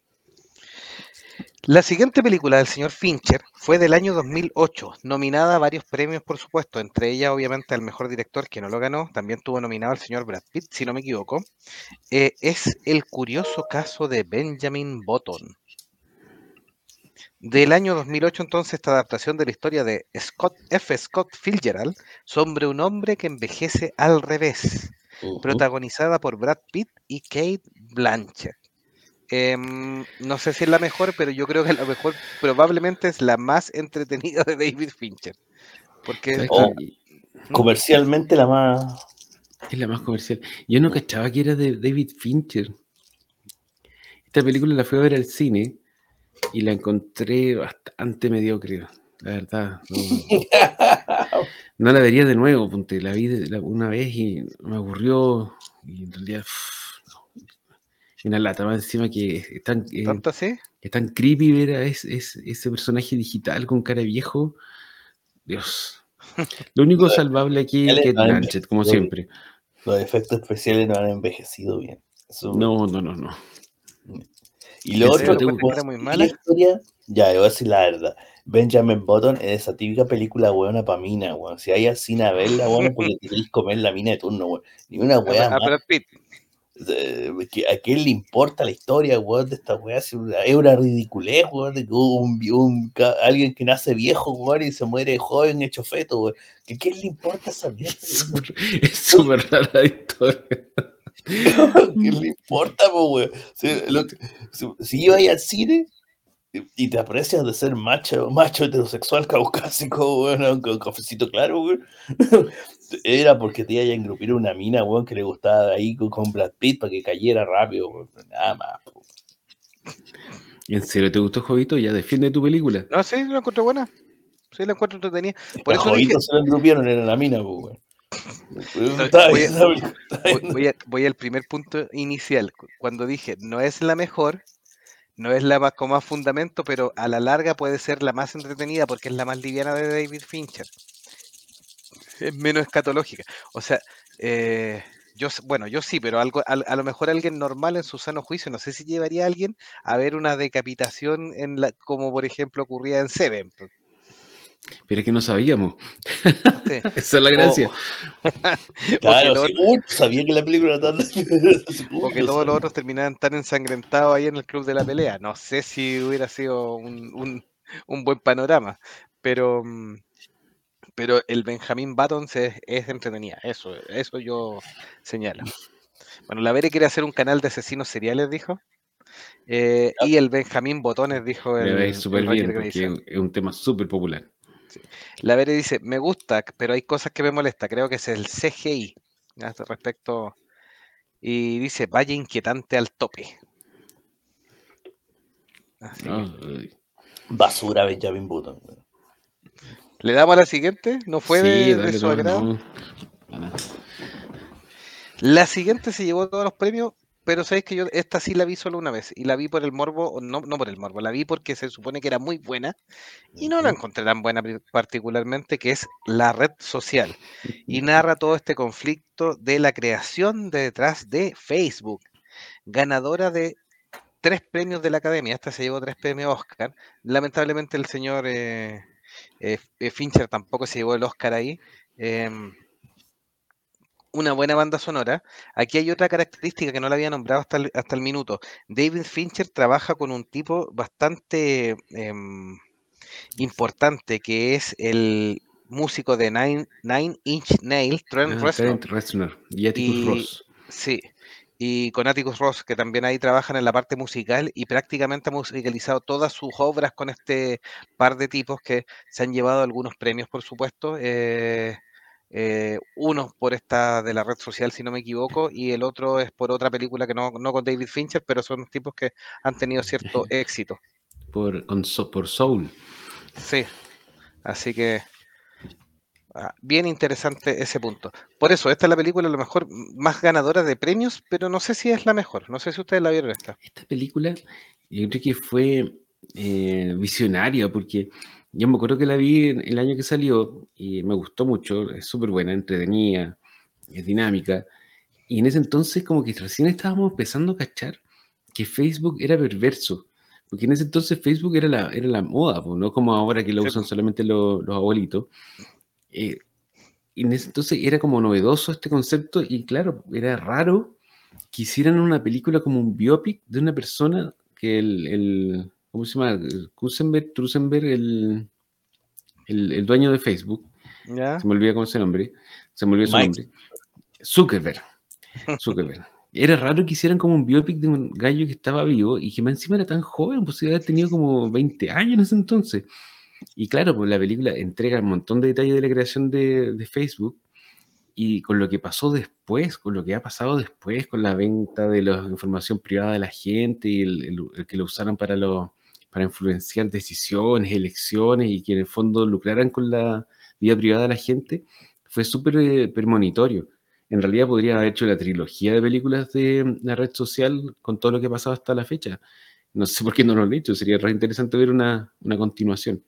La siguiente película del señor Fincher fue del año dos mil ocho, nominada a varios premios, por supuesto, entre ellas obviamente al mejor director, que no lo ganó, también tuvo nominado al señor Brad Pitt, si no me equivoco. Eh, es El curioso caso de Benjamin Button. Del año dos mil ocho, entonces, esta adaptación de la historia de Scott F. Scott Fitzgerald sobre un hombre que envejece al revés, Ujú. protagonizada por Brad Pitt y Kate Blanchett. Em, no sé si es la mejor, pero yo creo que la mejor probablemente es la más entretenida de David Fincher. Porque ¿Sabes Oh, qué? ¿Mm? comercialmente la más. Es la más comercial. Yo no cachaba que era de David Fincher. Esta película la fui a ver al cine y la encontré bastante mediocre, la verdad. No, no la vería de nuevo, ponte, la vi de- la- una vez y me aburrió y en realidad uff, no. Y una lata más encima que es tan, eh, ¿Tanto así? es tan creepy ver a es- es- ese personaje digital con cara de viejo. Dios. Lo único Los salvable aquí es especiales Kate no han Blanchett, como envejecido bien. siempre. Los efectos especiales no han envejecido bien. Eso- No, no, no, no. Y lo ¿En ¿Sí? serio otro, te ¿Lo gusta? encuentras que pues, era muy y la mala? historia, ya, yo voy a decir la verdad. Benjamin Button es esa típica película weona pa' mina, weón. Si hay al cine a verla, weón, porque te queréis comer la mina de turno, weón. Ni una A, weá a más. Brad Pitt. eh, que- ¿A quién le importa la historia, weón, de esta weá? Si una- es una ridiculez, weón, de que hubo un, un ca- alguien que nace viejo, weón, y se muere joven hecho feto, weón. ¿Que ¿Quién le importa esa mierda? Es súper es súper rara la historia. ¿Qué le importa, po, weón? Si, lo que- si, si iba ahí al cine y y te aprecias de ser macho, macho heterosexual caucásico, weón, con cafecito claro, weón, era porque te iba a engrupir una mina, weón, que le gustaba ahí con, con Brad Pitt para que cayera rápido, weón. Nada más, po. ¿En serio te gustó, Jovito? Ya defiende tu película. No, sí, la encuentro buena. Sí, la encuentro entretenida. Por Los eso dije, jovitos se lo engrupieron en la mina, pues, weón. Pero eh, estaba voy a, bien, estaba bien, estaba voy, bien. voy a- voy al primer punto inicial. cu- Cuando dije, no es la mejor, no es la más con más fundamento, pero a la larga puede ser la más entretenida porque es la más liviana de David Fincher. es menos escatológica. O sea, eh, yo, s- bueno, yo sí, pero algo, al- a, lo mejor alguien normal en su sano juicio, no sé si llevaría a alguien a ver una decapitación en la, como por ejemplo ocurría en Seven. Pues, Pero es que no sabíamos. sí. Esa es la O, gracia. o que Claro, lo sí, otro- uy, sabía que la película era tan... o Uy, que lo todos los sabía. otros terminaran tan ensangrentados ahí en el club de la pelea. No sé si hubiera sido un, un- un buen panorama, pero, mm, pero el Benjamin Button es, es entretenida, eso, eso yo señalo. Bueno, la Bere quiere hacer un canal de asesinos seriales, dijo. eh, y el Benjamín Botones, dijo Le va a ir el, el súper Roger bien porque Grayson. es un tema súper popular. Sí. La Bere dice, me gusta, pero hay cosas que me molesta. Creo que es el C G I. ¿Ya? Respecto. Y dice, vaya inquietante al tope. Así que. Ay, Basura Benjamin Button. ¿Le damos a la siguiente? ¿No fue sí, de, de dale, su no, agrado? no. Nada. La siguiente se llevó todos los premios, pero sabéis que yo esta sí la vi solo una vez. Y la vi por el morbo, o no, no por el morbo, la vi porque se supone que era muy buena. Y no la Ujú. encontré tan buena pri- particularmente, que es La Red Social. Y narra todo este conflicto de la creación de detrás de Facebook, ganadora de tres premios de la Academia. Esta se llevó tres premios Oscar. Lamentablemente el señor eh, eh, eh, Fincher tampoco se llevó el Oscar ahí. Em, una buena banda sonora. Aquí hay otra característica que no la había nombrado hasta el, hasta el minuto. David Fincher trabaja con un tipo bastante em, importante, que es el músico de Nine, Nine Inch Nails, Trent Ah, Reznor. Trent Reznor y Atticus Y Ross. sí, y con Atticus Ross, que también ahí trabajan en la parte musical y prácticamente ha musicalizado todas sus obras con este par de tipos que se han llevado algunos premios, por supuesto. Eh, eh, uno por esta de la red social, si no me equivoco, y el otro es por otra película que no, no con David Fincher, pero son tipos que han tenido cierto éxito. Por, con So- por Soul. Sí, así que ah, bien interesante ese punto. Por eso, esta es la película a lo mejor m- más ganadora de premios, pero no sé si es la mejor. No sé si ustedes la vieron esta. Esta película, yo creo que fue eh, visionaria porque yo me acuerdo que la vi en el año que salió y me gustó mucho, es súper buena, entretenida, es dinámica. Y en ese entonces como que recién estábamos empezando a cachar que Facebook era perverso. Porque en ese entonces Facebook era la, era la moda, pues, no como ahora que lo Sí, usan po. solamente los, los abuelitos. Eh, y en ese entonces era como novedoso este concepto y claro, era raro que hicieran una película como un biopic de una persona que el, el ¿cómo se llama? Kusenberg, Trusenberg, el, el, el dueño de Facebook, se ¿Ya? me olvida cómo se nombre, se me olvidó su Mike. nombre, Zuckerberg, Zuckerberg. Era raro que hicieran como un biopic de un gallo que estaba vivo y que más encima era tan joven, pues debe haber tenido como veinte años en ese entonces. Y claro, pues la película entrega un montón de detalles de la creación de, de Facebook y con lo que pasó después, con lo que ha pasado después, con la venta de la información privada de la gente y el, el- el que lo usaron para, lo, para influenciar decisiones, elecciones y que en el fondo lucraran con la vida privada de la gente, fue súper eh, premonitorio. En realidad podría haber hecho la trilogía de películas de la red social con todo lo que ha pasado hasta la fecha. No sé por qué no lo han hecho, sería re interesante ver una, una continuación.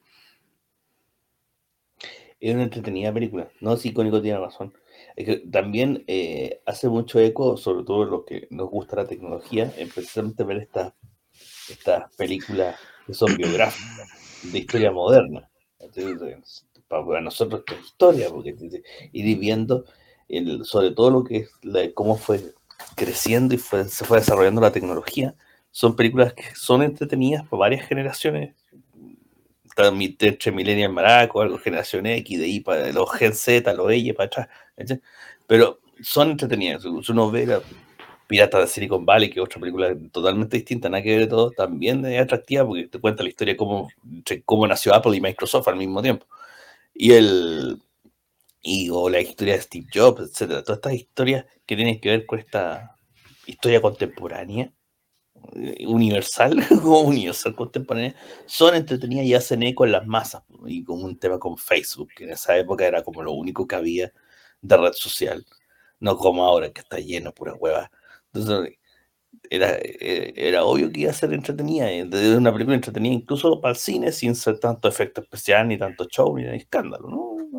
Es una entretenida película. No, sí, Icónico tiene razón. Es que también eh, hace mucho eco, sobre todo los que nos gusta la tecnología, en precisamente ver estas estas películas que son biográficas, de historia moderna. Entonces, para, para nosotros que es historia, porque te- ir viendo el, sobre todo lo que es la- cómo fue creciendo y fue, se fue desarrollando la tecnología. Son películas que son entretenidas para varias generaciones, también entre Millennial Maraco, algo generación X, de ahí para los Gen Z, los Y para atrás, ¿cachai? Pero son entretenidas. Si uno ve la Piratas de Silicon Valley, que es otra película totalmente distinta, nada que ver de todo, también es atractiva porque te cuenta la historia de cómo, de cómo nació Apple y Microsoft al mismo tiempo. Y el y o la historia de Steve Jobs, etcétera. Todas estas historias que tienen que ver con esta historia contemporánea, eh, universal o universal contemporánea, son entretenidas y hacen eco en las masas. Y con un tema con Facebook, que en esa época era como lo único que había de red social, no como ahora que está lleno de pura hueva. Entonces, era, eh, era obvio que iba a ser entretenida, eh, de una película entretenida incluso para el cine, sin ser tanto efecto especial, ni tanto show, ni escándalo, ¿no?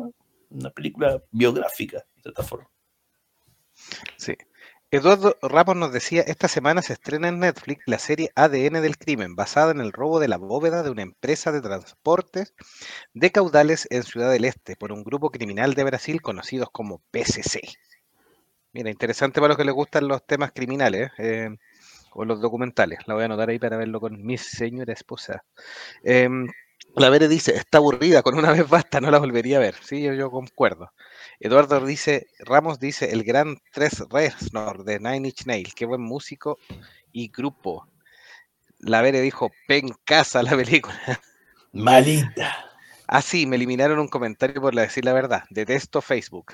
una película biográfica, de esta forma. Sí. Eduardo Ramos nos decía, esta semana se estrena en Netflix la serie A D N del crimen, basada en el robo de la bóveda de una empresa de transportes de caudales en Ciudad del Este por un grupo criminal de Brasil conocidos como P C C. Mira, interesante para los que les gustan los temas criminales eh, o los documentales. La voy a anotar ahí para verlo con mi señora esposa. Eh, la Vere dice, está aburrida, con una vez basta, no la volvería a ver. Sí, yo, yo concuerdo. Eduardo dice, Ramos dice, el gran Tres Reznor de Nine Inch Nails, qué buen músico y grupo. La Vere dijo, pencasa la película. Malita. Ah, sí, me eliminaron un comentario por la decir la verdad. Detesto Facebook.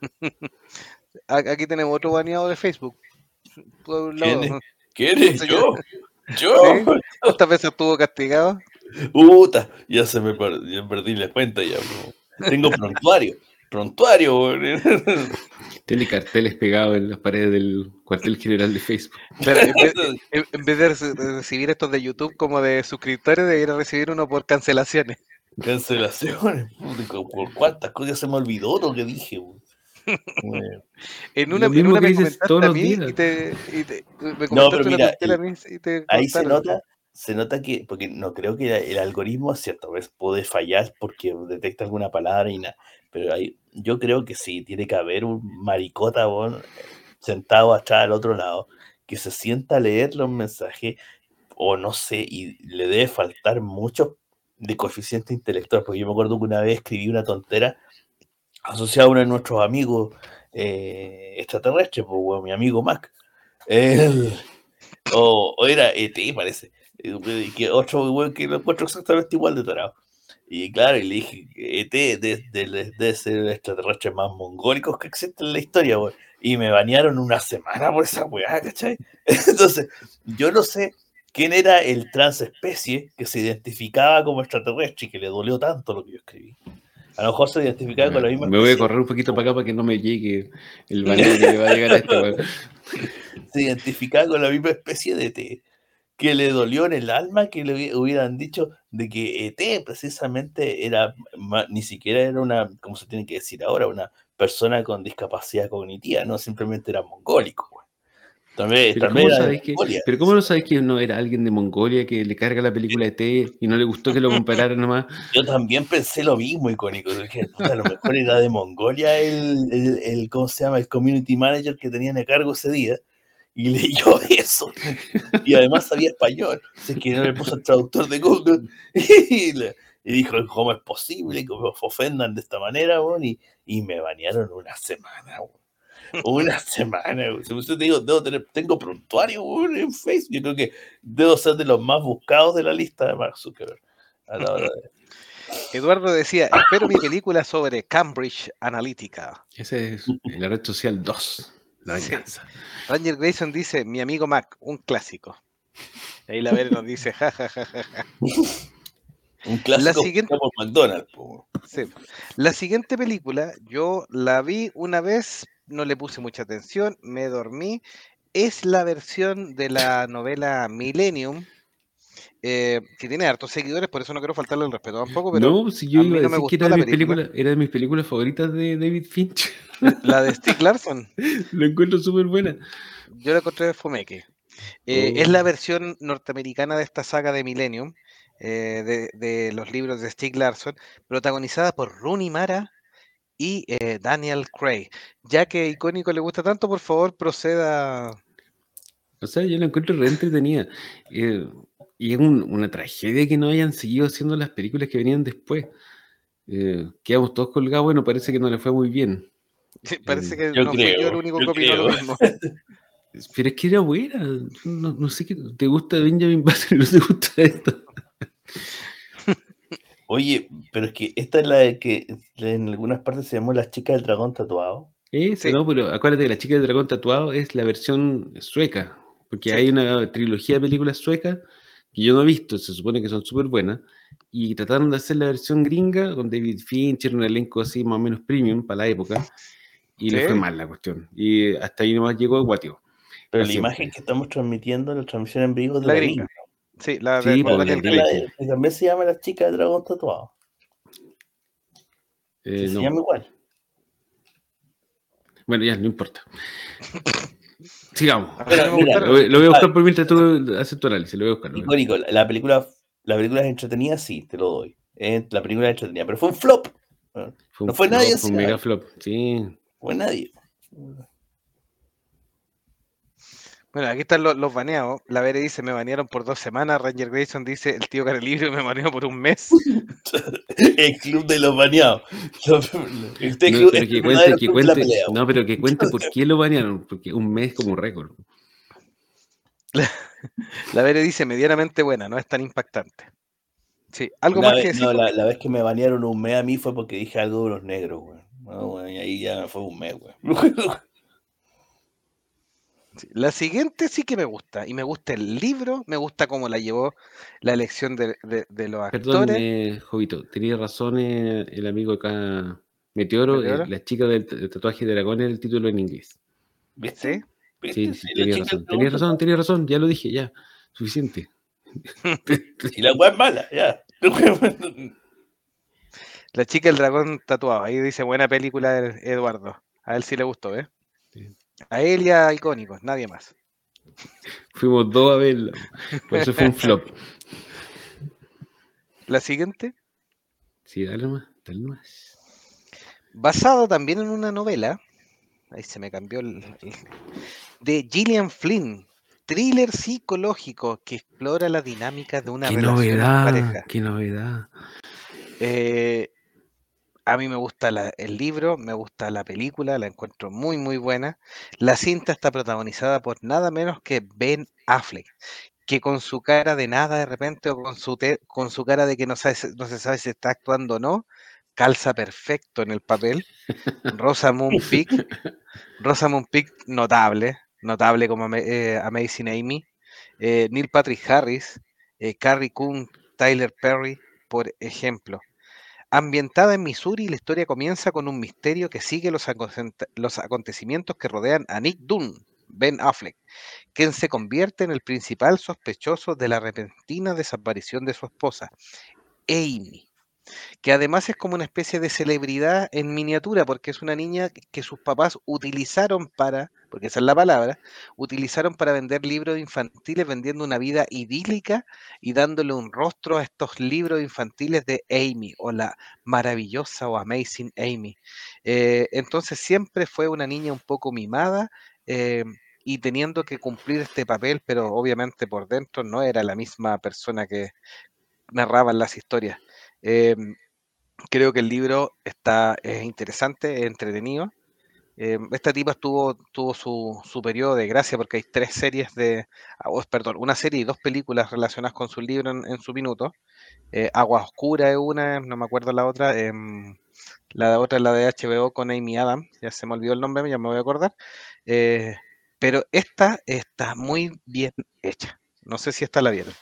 Aquí tenemos otro baneado de Facebook. Por un ¿Quién lado, es? ¿Quién es? señor. ¿Yo? ¿Yo? ¿Sí? ¿Cuántas veces estuvo castigado? Puta, ya se me per- ya perdí la cuenta ya, bro. Tengo prontuario. Prontuario, weón. Tiene carteles pegados en las paredes del cuartel general de Facebook. Claro, en vez, en- en vez de reci- de recibir estos de YouTube como de suscriptores, debería recibir uno por cancelaciones. Cancelaciones, puta, ¿por cuántas cosas se me olvidó lo que dije, weón? Weón. En Lo una, en mismo una que me dices todos comentaste a los mí días. y te, y te- me No, comentaste pero una mira, tontera a el- mí y te ahí se cortaron. nota, se nota que, porque no creo que el algoritmo a cierta vez puede fallar porque detecta alguna palabra y nada, pero ahí, yo creo que sí, tiene que haber un maricota, weón, sentado atrás al otro lado, que se sienta a leer los mensajes, o no sé, y le debe faltar mucho de coeficiente intelectual, porque yo me acuerdo que una vez escribí una tontera asociada a uno de nuestros amigos eh, extraterrestres, pues, weón, mi amigo Mac. Él, o, o era E T, parece. Y que otro weón que lo encuentro exactamente igual de tarado. Y claro, y le dije, E T de, de, de ser el extraterrestre más mongólicos que existen en la historia, weón. Y me banearon una semana por esa weá, ¿cachai? Entonces, yo no sé quién era el transespecie que se identificaba como extraterrestre y que le dolió tanto lo que yo escribí. A lo mejor se identificaba con la misma Me voy a especie. correr un poquito para acá para que no me llegue el baneo que le va a llegar a este weón. Se identificaba con la misma especie de E T, que le dolió en el alma que le hubieran dicho de que E T precisamente era, ni siquiera era una, como se tiene que decir ahora, una persona con discapacidad cognitiva, no simplemente era mongólico. Güey. También, Pero también ¿cómo era de sabéis que, Mongolia. pero cómo no sabéis que no era alguien de Mongolia que le carga la película de T y no le gustó que lo compararan nomás? Yo también pensé lo mismo, icónico. Dije, puta, a lo mejor era de Mongolia el, el, el, ¿cómo se llama? El community manager que tenían a cargo ese día. Y leyó eso. Y además sabía español. Así que no le puso el traductor de Google. Y, le, y dijo, ¿cómo es posible que me ofendan de esta manera? Bueno, y, y me banearon una semana. Bueno. Una semana. Bueno. Si te digo, debo tener, tengo prontuario bueno, en Facebook. Yo creo que debo ser de los más buscados de la lista de Mark Zuckerberg. A la hora de... Eduardo decía, espero mi película sobre Cambridge Analytica. Ese es la red social dos, la venganza. Sí. Ranger Grayson dice, mi amigo Mac, un clásico. Ahí la Vere nos dice, ja, ja, ja, ja, ja. Un clásico la siguiente, por McDonald's. Sí. La siguiente película, yo la vi una vez, no le puse mucha atención, me dormí. Es la versión de la novela Millennium, eh, que tiene hartos seguidores, por eso no quiero faltarle el respeto tampoco, pero No, si yo a iba mí a no me decir que era gustó de la mis película. películas, era de mis películas favoritas de David Fincher. La de Stieg Larsson. Lo encuentro súper buena. Yo la encontré de Fomeque. Eh, Oh. Es la versión norteamericana de esta saga de Millennium, eh, de, de los libros de Stieg Larsson, protagonizada por Rooney Mara y eh, Daniel Craig. Ya que Icónico le gusta tanto, por favor, proceda. O sea, yo la encuentro re entretenida. Eh, y es un- una tragedia que no hayan seguido haciendo las películas que venían después. Eh, quedamos todos colgados, bueno, parece que no le fue muy bien. Parece Eh, que yo no creo, fui yo el único yo que opinó lo creo. mismo. Pero es que era buena. No, no sé qué. ¿Te gusta Benjamin Button? ¿No te gusta esto? Oye, pero es que esta es la de que en algunas partes se llamó La chica del dragón tatuado. Ese, Sí. no, pero acuérdate que La chica del dragón tatuado es la versión sueca. Porque Sí. hay una trilogía de películas suecas que yo no he visto, se supone que son súper buenas. Y trataron de hacer la versión gringa con David Fincher, un elenco así más o menos premium para la época. Y le Sí. fue mal la cuestión. Y hasta ahí nomás llegó Guatio. Pero Pa' la siempre. imagen que estamos transmitiendo, la transmisión en vivo es de La la gringa. gringa. Sí, la Sí, de con pues, Daniel de Esta es la Craig. Craig. de- que también se llama La chica del dragón tatuado. Eh, Sí, se no. llama igual. Bueno, ya, no importa. Sigamos. Pero, mira, lo, lo voy a buscar por mientras tú haces tu análisis. Lo voy a buscar. Nico, Nico, la película, la película es entretenida, sí, te lo doy. Eh, la película es entretenida, pero fue un flop. Fue no un fue flop, nadie. Fue un mega flop, sí. Fue nadie. Bueno, aquí están los, los baneados. La Vere dice, me banearon por dos semanas. Ranger Grayson dice, el tío Carelibrio me baneó por un mes. El club de los baneados. Este No, club, pero este que cuente, que club de la cuente, pelea. no, pero que cuente por qué lo banearon, porque un mes como un récord. La, la Vere dice, medianamente buena, no es tan impactante. Sí, algo Una más vez, que decir. no, la, la vez que me banearon un mes a mí fue porque dije algo de los negros, güey. No, güey, y ahí ya fue un mes, güey. Sí, la siguiente sí que me gusta, y me gusta el libro, me gusta cómo la llevó la elección de, de, de los Perdón, actores. eh, Jovito, tenía razón eh, el amigo acá, Meteoro, ¿Meteoro? eh, la chica del, del tatuaje de dragón es el título en inglés. ¿Viste? ¿Sí? ¿Viste? Sí, sí, Sí, la tenía chica razón, del tenía pregunta, razón, tenía razón, ya lo dije, ya, suficiente. y la weá es mala, ya. La chica del dragón tatuado, ahí dice, buena película de Eduardo. A él sí le gustó, ¿eh? Sí. A él y a Icónicos, nadie más. Fuimos dos a verla, por eso fue un flop. La siguiente, Sí, dale nomás, dale nomás. basado también en una novela, ahí se me cambió el, el- de Gillian Flynn, thriller psicológico que explora la dinámica de una Qué relación en novedad, pareja. qué novedad. Eh, a mí me gusta la- el libro, me gusta la película, la encuentro muy muy buena. La cinta está protagonizada por nada menos que Ben Affleck, que con su cara de nada de repente o con su, te- con su cara de que no, sabe, si- no se sabe si está actuando o no, calza perfecto en el papel. Rosamund Pike, Rosamund Pike notable, notable como Ama- eh, Amazing Amy. Eh, Neil Patrick Harris, eh, Carrie Coon, Tyler Perry, por ejemplo. Ambientada en Missouri, la historia comienza con un misterio que sigue los, acontec- los acontecimientos que rodean a Nick Dunn, Ben Affleck, quien se convierte en el principal sospechoso de la repentina desaparición de su esposa, Amy, que además es como una especie de celebridad en miniatura, porque es una niña que sus papás utilizaron para, porque esa es la palabra, utilizaron para vender libros infantiles, vendiendo una vida idílica y dándole un rostro a estos libros infantiles de Amy, o la maravillosa o Amazing Amy. Eh, entonces siempre fue una niña un poco mimada. eh, y teniendo que cumplir este papel, pero obviamente por dentro no era la misma persona que narraban las historias. Em, Creo que el libro está, es interesante, es entretenido. Eh, esta tipa tuvo, tuvo su, su periodo de gracia porque hay tres series de, ah, oh, perdón, una serie y dos películas relacionadas con su libro en, en su minuto. Eh, Agua Oscura es una, no me acuerdo la otra. em, la otra es la de H B O con Amy Adams, ya se me olvidó el nombre, ya me voy a acordar. Eh, pero esta está muy bien hecha. No sé si esta la vieron.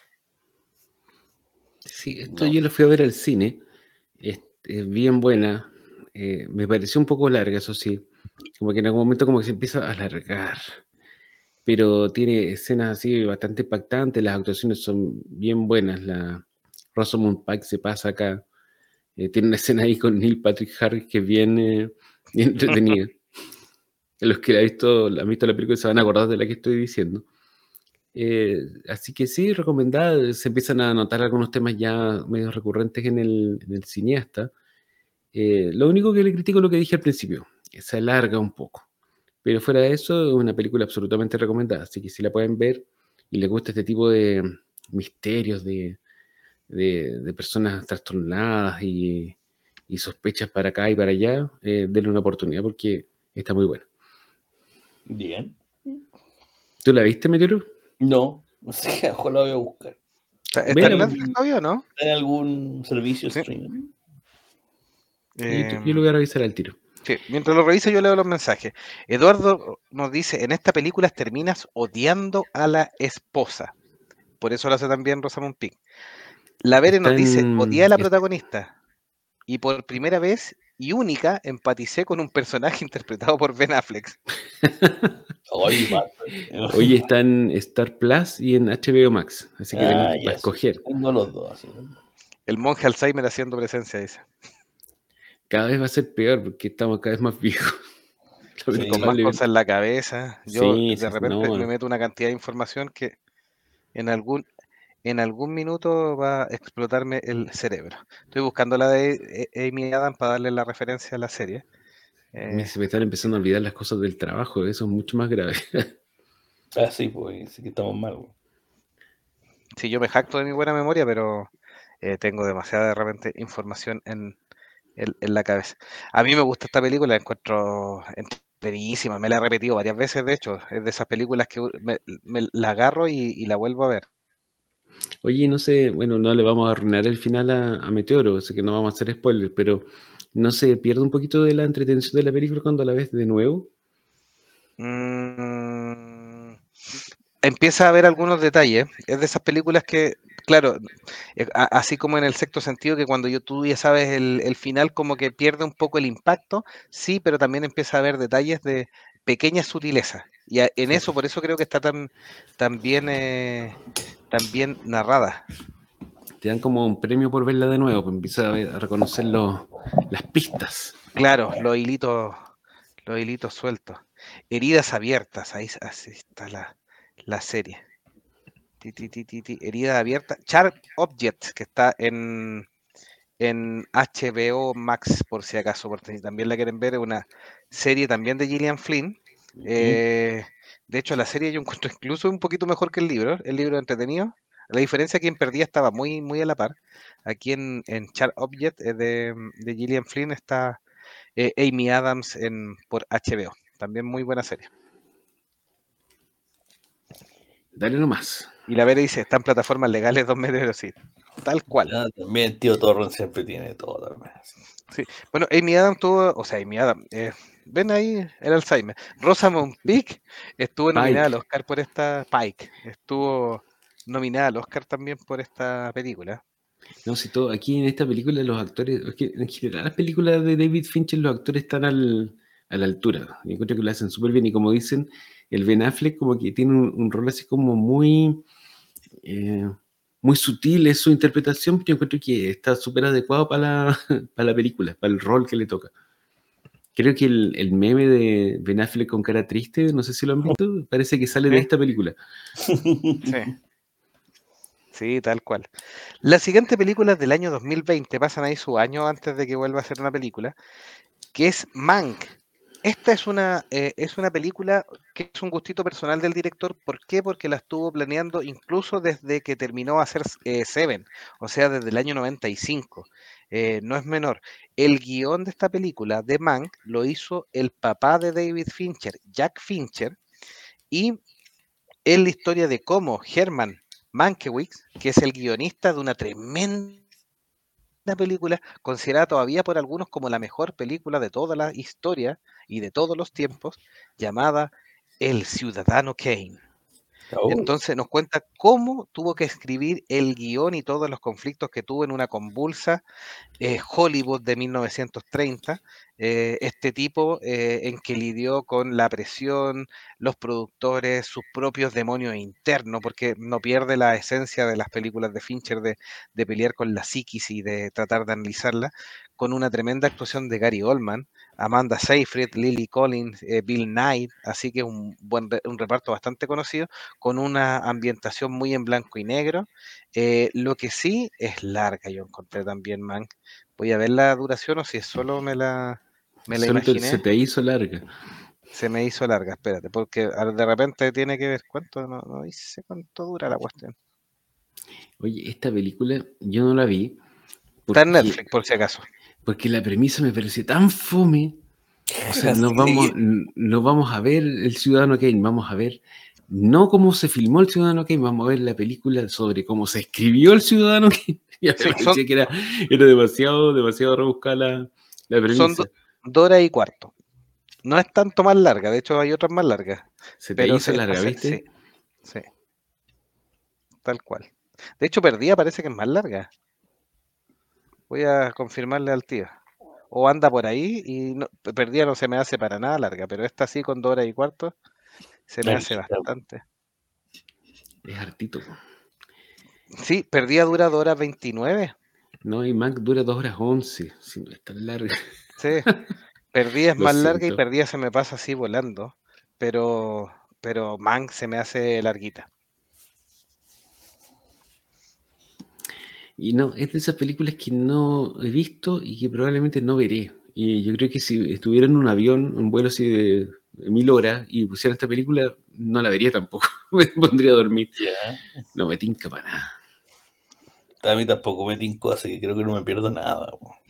Sí, esto No. yo lo fui a ver al cine, es, es bien buena, eh, me pareció un poco larga, eso sí, como que en algún momento como que se empieza a alargar, pero tiene escenas así bastante impactantes, las actuaciones son bien buenas, la Rosamund Pike se pasa acá, eh, tiene una escena ahí con Neil Patrick Harris que es bien, eh, bien entretenida. Los que la han visto, la han visto la película se van a acordar de la que estoy diciendo. Eh, así que sí, recomendada. Se empiezan a notar algunos temas ya medio recurrentes en el, en el cineasta. Eh, lo único que le critico es lo que dije al principio, que se alarga un poco. Pero fuera de eso, es una película absolutamente recomendada. Así que si la pueden ver y les gusta este tipo de misterios, de, de, de personas trastornadas y, y sospechas para acá y para allá, eh, denle una oportunidad porque está muy buena. Bien. ¿Tú la viste, Meteoro? No, no sé, ojalá voy a buscar. ¿Está, está Vela, en Netflix todavía o no? ¿En algún servicio Sí. streaming? yo, te- yo Em, lo voy a revisar al tiro. Sí, mientras lo reviso yo leo los mensajes. Eduardo nos dice, en esta película terminas odiando a la esposa. Por eso lo hace también Rosamund Pike. La Vere Está nos dice, odié a en... la es- protagonista. Y por primera vez y única empaticé con un personaje interpretado por Ben Affleck. Ay, Marvel. Oye, está en Star Plus y en H B O Max. Así que Ah, tenés ya para sí. escoger. Tengo los dos, así. ¿No? El monje Alzheimer haciendo presencia, dice. Cada vez va a ser peor porque estamos cada vez más viejos. Sí. con más cosas en la cabeza. Yo Sí, de sí, repente no, me no. meto una cantidad de información que en algún, en algún minuto va a explotarme el cerebro. Estoy buscando la de eh, Amy Adams para darle la referencia a la serie. A mí Eh, se me están empezando a olvidar las cosas del trabajo, eso es mucho más grave. Ah, sí, pues sí que estamos mal, güey. sí, yo me jacto de mi buena memoria, pero eh, tengo demasiada de repente información en, en- en la cabeza. A mí me gusta esta película, la encuentro entretenidísima, me la he repetido varias veces, de hecho, es de esas películas que me, me la agarro y, y la vuelvo a ver. Oye, no sé, bueno, no le vamos a arruinar el final a, a Meteoro, así que no vamos a hacer spoiler, pero ¿no se pierde un poquito de la entretención de la película cuando la ves de nuevo? Mm, empieza a ver algunos detalles. Es de esas películas que, claro, eh, a- así como en el sexto sentido, que cuando yo, tú ya sabes el, el final, como que pierde un poco el impacto, sí, pero también empieza a haber detalles de pequeñas sutilezas. Y a- en Sí. eso, por eso creo que está tan, tan bien, eh, tan bien narrada. Te dan como un premio por verla de nuevo, pues empiezas a, ver- a reconocer los- las pistas. Claro, los hilitos, los hilitos sueltos. Heridas abiertas, ahí, así está la, la serie. Ti, ti, ti, ti, ti, Herida abierta. Sharp Object, que está en, en H B O Max, por si acaso, porque si también la quieren ver, es una serie también de Gillian Flynn. Ujú. Eh, de hecho, la serie yo encuentro incluso un poquito mejor que el libro. El libro es entretenido. La diferencia que en Perdida estaba muy, muy a la par. Aquí en, en Sharp Object eh, de, de Gillian Flynn está eh, Amy Adams en, por H B O. También muy buena serie. Dale nomás. Y la Vera dice, está en plataformas legales dos metros, sí. Tal cual. Ah, también tío Torrent siempre tiene todo también. Sí. Bueno, Amy Adams tuvo, o sea, Amy Adams, eh, ven ahí el Alzheimer. Rosamund Pike estuvo nominada al Pike. Oscar por esta, Pike, estuvo nominada al Oscar también por esta película. No, si todo, aquí en esta película los actores, es que en general las películas de David Fincher los actores están al, a la altura. Yo encuentro que lo hacen súper bien y como dicen, el Ben Affleck como que tiene un, un rol así como muy, eh, muy sutil, es su interpretación. Yo encuentro que está súper adecuado para la, para la película, para el rol que le toca. Creo que el, el meme de Ben Affleck con cara triste, no sé si lo han visto, parece que sale de Sí, esta película. sí, sí, tal cual. La siguiente película es del año dos mil veinte, pasan ahí su año antes de que vuelva a ser una película, que es Mank. Esta es una, eh, es una película que es un gustito personal del director. ¿Por qué? Porque la estuvo planeando incluso desde que terminó a hacer eh, Seven, o sea, desde el año noventa y cinco. Eh, no es menor. El guión de esta película, de Mank, lo hizo el papá de David Fincher, Jack Fincher, y es la historia de cómo Herman Mankiewicz, que es el guionista de una tremenda película, considerada todavía por algunos como la mejor película de toda la historia y de todos los tiempos, llamada El Ciudadano Kane. Oh, Entonces nos cuenta cómo tuvo que escribir el guión y todos los conflictos que tuvo en una convulsa eh, Hollywood de mil novecientos treinta, eh, este tipo eh, en que lidió con la presión, los productores, sus propios demonios internos, porque no pierde la esencia de las películas de Fincher de, de pelear con la psiquis y de tratar de analizarla, con una tremenda actuación de Gary Oldman, Amanda Seyfried, Lily Collins, eh, Bill Knight, así que un buen re- un reparto bastante conocido, con una ambientación muy en blanco y negro. Eh, lo que sí es larga, yo encontré también, man. Voy a ver la duración o si es solo me la, me la Solo te- se imaginé. te hizo larga. Se me hizo larga, espérate, porque a- de repente tiene que ver cuánto, no, no dice cuánto dura la cuestión. Oye, esta película yo no la vi Está en porque, Netflix, por si acaso. porque la premisa me pareció tan fome. O sea, así nos que vamos, no vamos a ver el Ciudadano Kane, vamos a ver no cómo se filmó el Ciudadano Kane, vamos a ver la película sobre cómo se escribió el Ciudadano Kane. Ya me Sí, son, parecía que era, era demasiado, demasiado rebuscada la, la son premisa. do- dos horas y cuarto. No es tanto más larga, de hecho hay otras más largas. Se te Pero hizo se- esta larga, se- sí, ¿viste? sí, tal cual. De hecho, Perdida parece que es más larga. Voy a confirmarle al tío. O anda por ahí y no, Perdida no se me hace para nada larga, pero esta sí con dos horas y cuarto se me aquí hace está. bastante. Es hartito. Sí, Perdida dura dos horas veintinueve. No, y Mac dura dos horas once, si no es tan larga. Sí, Perdida es Lo más larga y siento. Perdida se me pasa así volando, pero, pero Mank se me hace larguita. Y no, es de esas películas que no he visto y que probablemente no veré. Y yo creo que si estuviera en un avión, un vuelo así de mil horas y pusiera esta película, no la vería tampoco. Me pondría a dormir. Ya. No me tinca para nada. A mí tampoco me tincó, así que creo que no me pierdo nada.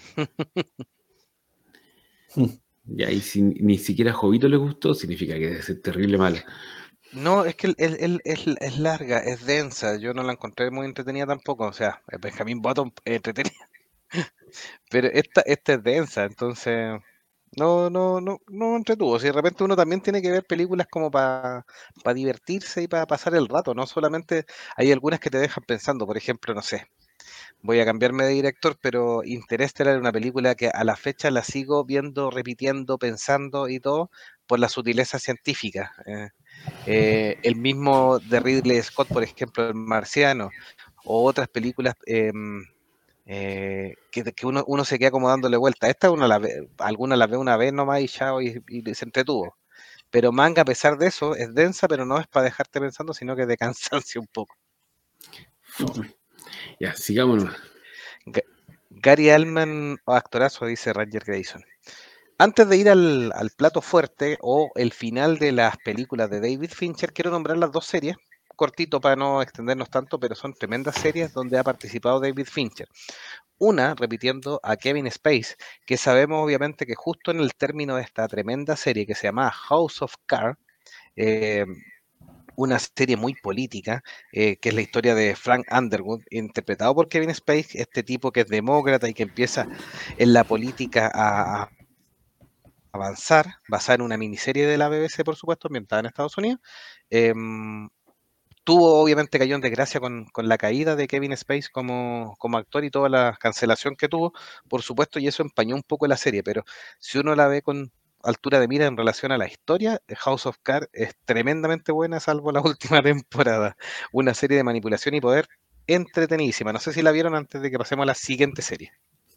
Ya, y si ni siquiera a Jovito le gustó, significa que debe ser terrible mala. No, es que el- el- el- es, es larga, es densa. Yo no la encontré muy entretenida tampoco. O sea, Benjamin Button es entretenida. Pero esta, esta es densa, entonces no, no, no, no entretuvo. Si de repente uno también tiene que ver películas como para divertirse y para pasar el rato, no solamente hay algunas que te dejan pensando, por ejemplo, no sé, voy a cambiarme de director, pero Interstellar es una película que a la fecha la sigo viendo, repitiendo, pensando y todo por la sutileza científica. Eh, eh, el mismo de Ridley Scott, por ejemplo, El Marciano, o otras películas em, eh, que, que uno, uno se queda como dándole vuelta. Esta uno la ve, algunas las ve una vez nomás y chao y, y se entretuvo. Pero Manga, a pesar de eso, es densa, pero no es para dejarte pensando, sino que es de cansancio un poco. Ya, sigámonos. Ga- Gary Oldman, oh, actorazo, dice Ranger Grayson. Antes de ir al, al plato fuerte o el final de las películas de David Fincher, quiero nombrar las dos series, cortito para no extendernos tanto, pero son tremendas series donde ha participado David Fincher. Una, repitiendo a Kevin Spacey, que sabemos obviamente que justo en el término de esta tremenda serie que se llama House of Cards, eh, una serie muy política, eh, que es la historia de Frank Underwood, interpretado por Kevin Spacey, este tipo que es demócrata y que empieza en la política a, a avanzar, basada en una miniserie de la B B C, por supuesto, ambientada en Estados Unidos. Eh, tuvo, obviamente, cayó en desgracia con, con la caída de Kevin Spacey como, como actor y toda la cancelación que tuvo, por supuesto, y eso empañó un poco la serie, pero si uno la ve con altura de mira en relación a la historia, House of Cards es tremendamente buena, salvo la última temporada. Una serie de manipulación y poder entretenidísima. No sé si la vieron antes de que pasemos a la siguiente serie.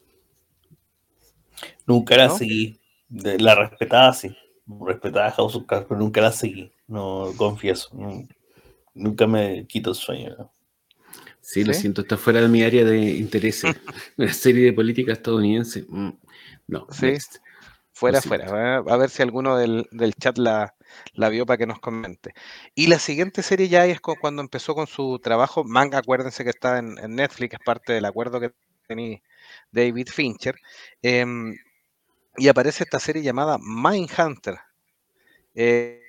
Nunca la ¿No? seguí. De- la respetaba, sí. Respetaba House of Cards, pero nunca la seguí. No, confieso. No- nunca me quito el sueño. ¿no? Sí, lo ¿Sí? siento, está fuera de mi área de intereses. Una serie de política estadounidense. mm, No, Sí, next. Lo fuera, siento. fuera. A ver si alguno del, del chat la, la vio para que nos comente. Y la siguiente serie ya es cu- cuando empezó con su trabajo. Manga, acuérdense que está en, en Netflix, es parte del acuerdo que tenía David Fincher. em, y aparece esta serie llamada Mindhunter. Eh,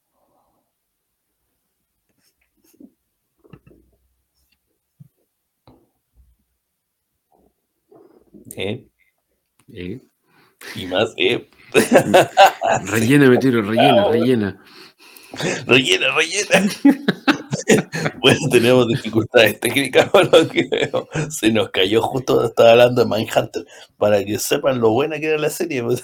¿Eh? Eh, Y más, ¿eh? Rellena, me tiro, rellena, rellena. Rellena, rellena. Bueno, tenemos dificultades técnicas por lo que veo. Se nos cayó justo cuando estaba hablando de Mindhunter. Para que sepan lo buena que era la serie. pues.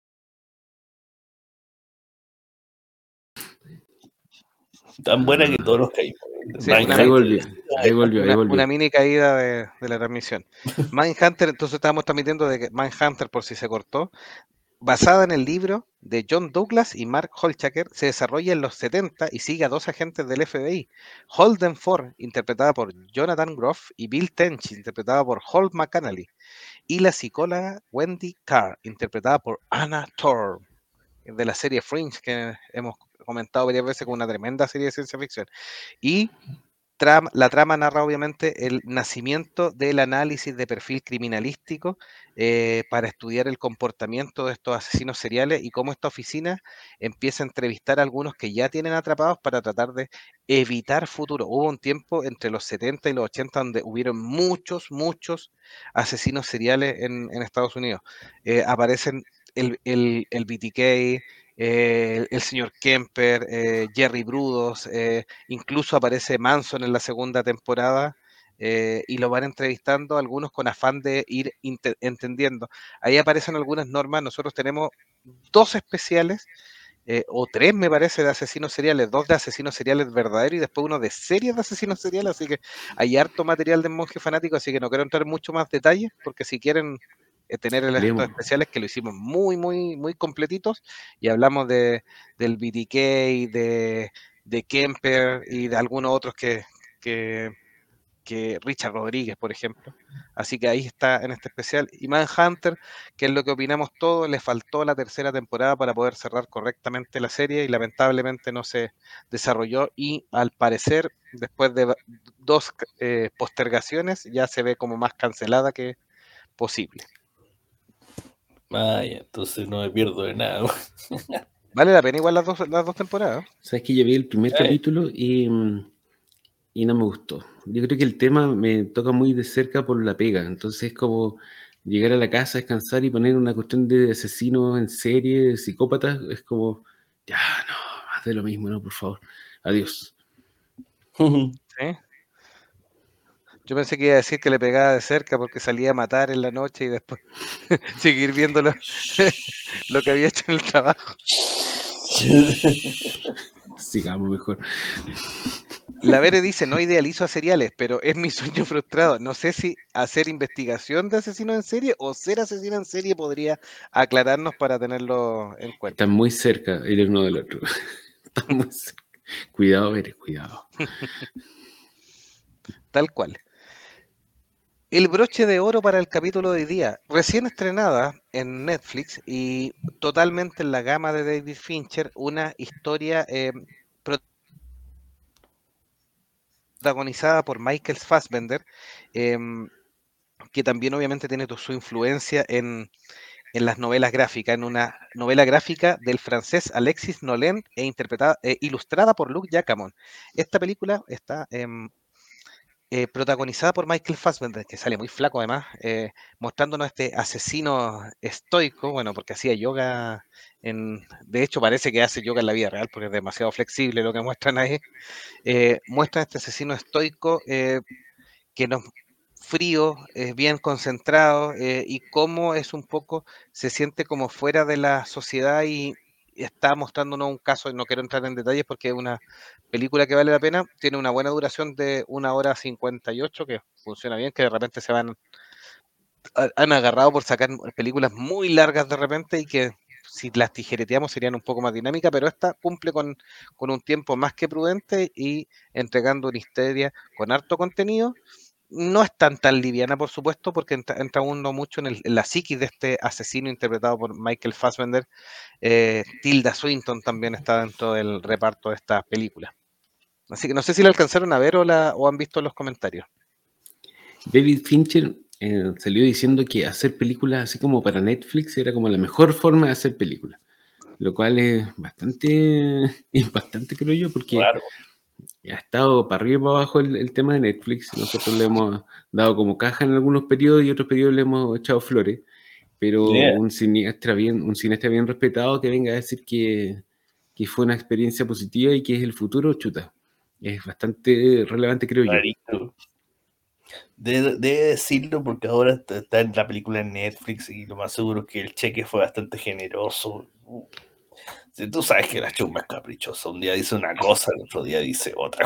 Tan buena que todos nos caímos. sí, una, Ahí mi- Mindhunter. volvió, ahí volvió, ahí una, una volvió. mini caída de, de la transmisión. Mindhunter, entonces estábamos transmitiendo de que Mindhunter, por si se cortó, basada en el libro de John Douglas y Mark Holchaker, se desarrolla en los setenta y sigue a dos agentes del F B I, Holden Ford, interpretada por Jonathan Groff, y Bill Tench, interpretada por Holt McCannally, y la psicóloga Wendy Carr, interpretada por Anna Torv, de la serie Fringe, que hemos comentado varias veces como una tremenda serie de ciencia ficción. Y Trama- la trama narra obviamente el nacimiento del análisis de perfil criminalístico, eh, para estudiar el comportamiento de estos asesinos seriales y cómo esta oficina empieza a entrevistar a algunos que ya tienen atrapados para tratar de evitar futuro. Hubo un tiempo entre los setenta y los ochenta donde hubieron muchos, muchos asesinos seriales en, en Estados Unidos. Eh, aparecen el, el, el B T K, eh, el, el señor Kemper, eh, Jerry Brudos, eh, incluso aparece Manson en la segunda temporada, eh, y lo van entrevistando algunos con afán de ir entendiendo. Ahí aparecen algunas normas. Nosotros tenemos dos especiales, eh, o tres me parece, de asesinos seriales, dos de asesinos seriales verdaderos y después uno de series de asesinos seriales, así que hay harto material de Monje Fanático, así que no quiero entrar en mucho más detalles, porque si quieren eh, tener estos Leemos. especiales que lo hicimos muy, muy, muy completitos y hablamos de, del B T K, de, de Kemper y de algunos otros que, que, que Richard Rodríguez, por ejemplo. Así que ahí está en este especial. Y Manhunter, que es lo que opinamos todos, le faltó la tercera temporada para poder cerrar correctamente la serie y lamentablemente no se desarrolló y al parecer, después de dos eh, postergaciones, ya se ve como más cancelada que posible. Ay, entonces no me pierdo de nada. Vale la pena igual las dos, las dos temporadas. Sabes que yo vi el primer Eh. capítulo y, y no me gustó. Yo creo que el tema me toca muy de cerca por la pega. Entonces es como llegar a la casa, descansar y poner una cuestión de asesinos en serie, de psicópatas. Es como, ya, no, más de lo mismo, no, por favor. Adiós. ¿Sí? Yo pensé que iba a decir que le pegaba de cerca porque salía a matar en la noche y después seguir viendo lo, lo que había hecho en el trabajo. Sigamos mejor. La Vere dice, no idealizo a seriales, pero es mi sueño frustrado. No sé si hacer investigación de asesinos en serie o ser asesino en serie podría aclararnos para tenerlo en cuenta. Están muy cerca el uno del otro. Están muy cerca. Cuidado, Vere, cuidado. Tal cual. El broche de oro para el capítulo de hoy día, recién estrenada en Netflix y totalmente en la gama de David Fincher, una historia eh, protagonizada por Michael Fassbender, eh, que también obviamente tiene su influencia en, en las novelas gráficas, en una novela gráfica del francés Alexis Nolin e interpretada, eh, ilustrada por Luc Jacamon. Esta película está eh, eh, protagonizada por Michael Fassbender, que sale muy flaco además, eh, mostrándonos este asesino estoico, bueno, porque hacía yoga, en, de hecho parece que hace yoga en la vida real, porque es demasiado flexible lo que muestran ahí. Eh, muestran este asesino estoico eh, que nos frío, es bien concentrado eh, y cómo es un poco, se siente como fuera de la sociedad y está mostrándonos un caso, y no quiero entrar en detalles porque es una película que vale la pena, tiene una buena duración de una hora cincuenta y ocho, que funciona bien, que de repente se van, han agarrado por sacar películas muy largas de repente y que si las tijereteamos serían un poco más dinámicas, pero esta cumple con, con un tiempo más que prudente y entregando una historia con harto contenido. No es tan tan liviana, por supuesto, porque entra, entra uno mucho en, el, en la psiquis de este asesino interpretado por Michael Fassbender. Eh, Tilda Swinton también está dentro del reparto de esta película. Así que no sé si la alcanzaron a ver o, la, o han visto los comentarios. David Fincher eh, salió diciendo que hacer películas así como para Netflix era como la mejor forma de hacer películas, lo cual es bastante impactante, creo yo, porque Claro. ha estado para arriba y para abajo el, el tema de Netflix. Nosotros le hemos dado como caja en algunos periodos y otros periodos le hemos echado flores, pero Yeah. un cineasta bien, un cineasta bien respetado que venga a decir que, que fue una experiencia positiva y que es el futuro, chuta, es bastante relevante, creo yo. Clarito. Debe, debe decirlo porque ahora está, está en la película en Netflix y lo más seguro es que el cheque fue bastante generoso. Si tú sabes que la chumba es caprichosa, un día dice una cosa, el otro día dice otra.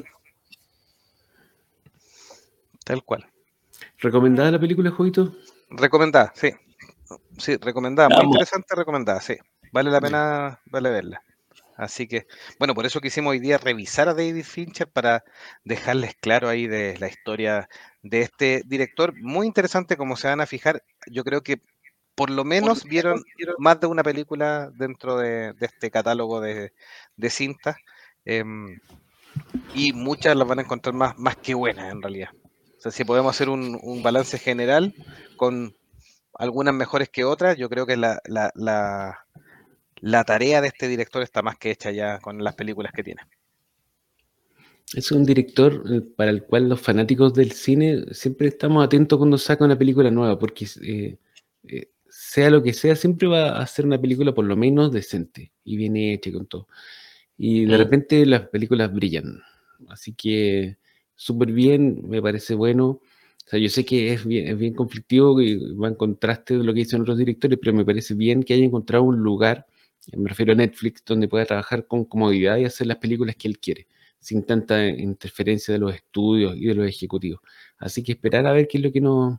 Tal cual. ¿Recomendada la película, Juguito? Recomendada, sí. Sí, recomendada. Muy Vamos. interesante, recomendada, sí. Vale la pena, vale verla. Así que, bueno, por eso quisimos hoy día revisar a David Fincher para dejarles claro ahí de la historia de este director. Muy interesante, como se van a fijar. Yo creo que por lo menos vieron más de una película dentro de, de este catálogo de, de cintas. Eh, y muchas las van a encontrar más, más que buenas en realidad. O sea, si podemos hacer un, un balance general con algunas mejores que otras, yo creo que la, la, la, la tarea de este director está más que hecha ya con las películas que tiene. Es un director eh, para el cual los fanáticos del cine siempre estamos atentos cuando saca una película nueva, porque eh, eh, sea lo que sea, siempre va a hacer una película por lo menos decente y bien hecha y con todo. Y de Mm. repente las películas brillan. Así que súper bien, me parece bueno. O sea, yo sé que es bien, es bien conflictivo y va en contraste de lo que dicen otros directores, pero me parece bien que haya encontrado un lugar, me refiero a Netflix, donde pueda trabajar con comodidad y hacer las películas que él quiere, sin tanta interferencia de los estudios y de los ejecutivos. Así que esperar a ver qué es lo que nos,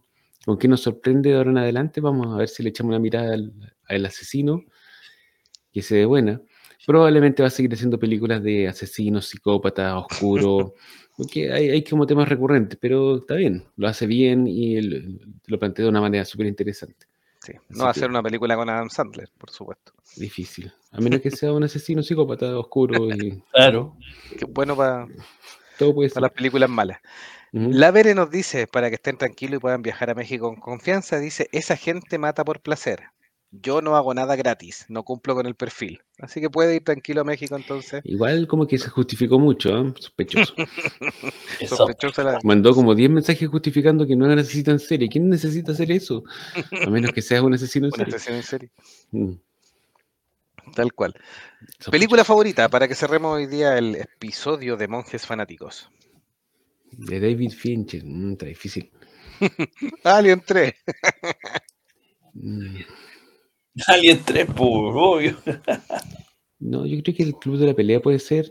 con qué nos sorprende de ahora en adelante. Vamos a ver si le echamos una mirada al, al asesino, que se ve buena. Probablemente va a seguir haciendo películas de asesinos, psicópatas, oscuros, porque hay, hay como temas recurrentes, pero está bien, lo hace bien y el- lo plantea de una manera súper interesante. Sí, no Así va a que- ser una película con Adam Sandler, por supuesto. Difícil, a menos que sea un asesino psicópata oscuro y Claro. Qué bueno para todo puede ser. las películas malas. Ujú. La Vere nos dice, para que estén tranquilos y puedan viajar a México con confianza, dice, esa gente mata por placer. Yo no hago nada gratis, no cumplo con el perfil. Así que puede ir tranquilo a México entonces. Igual como que se justificó mucho, ¿eh? Sospechoso. Eso. Sospechosa la... Mandó como diez mensajes justificando que no necesitan serie. ¿Quién necesita hacer eso? A menos que seas un asesino en Una serie. asesina en serie. Mm, Tal cual. sospechoso. Película favorita, para que cerremos hoy día el episodio de Monjes Fanáticos. De David Fincher. Mm, está difícil. Alien tres. Mm, Alien tres, por obvio. no, yo creo que el Club de la Pelea puede ser.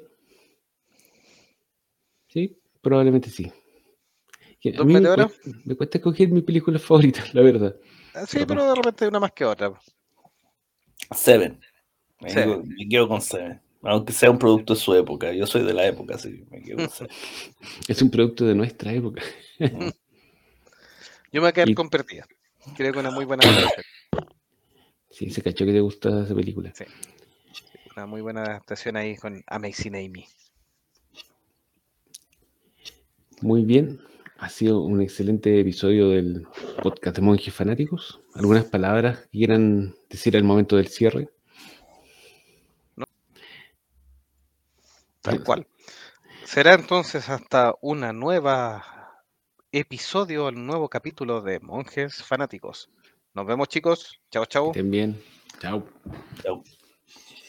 Sí, probablemente sí. Que a ¿Dos mí me meteoros? cuesta, me cuesta escoger mi película favorita, la verdad. Ah, sí, pero de repente hay una más que otra. Seven. Me, Seven. digo- me quedo con Seven. Aunque sea un producto de su época. Yo soy de la época, así que me quedo con Seven. Es un producto de nuestra época. Mm. Yo me voy a quedar Y- con Perdida. Creo que una muy buena adaptación. Sí, se cachó que te gusta esa película. Sí. Una muy buena adaptación ahí con Amazing Amy. Muy bien. Ha sido un excelente episodio del podcast de Monjes Fanáticos. ¿Algunas palabras que quieran decir al momento del cierre? Tal cual. Será entonces hasta una nueva episodio, un nuevo capítulo de Monjes Fanáticos. Nos vemos, chicos. Chao, Que chao. estén bien. Chao. Chao.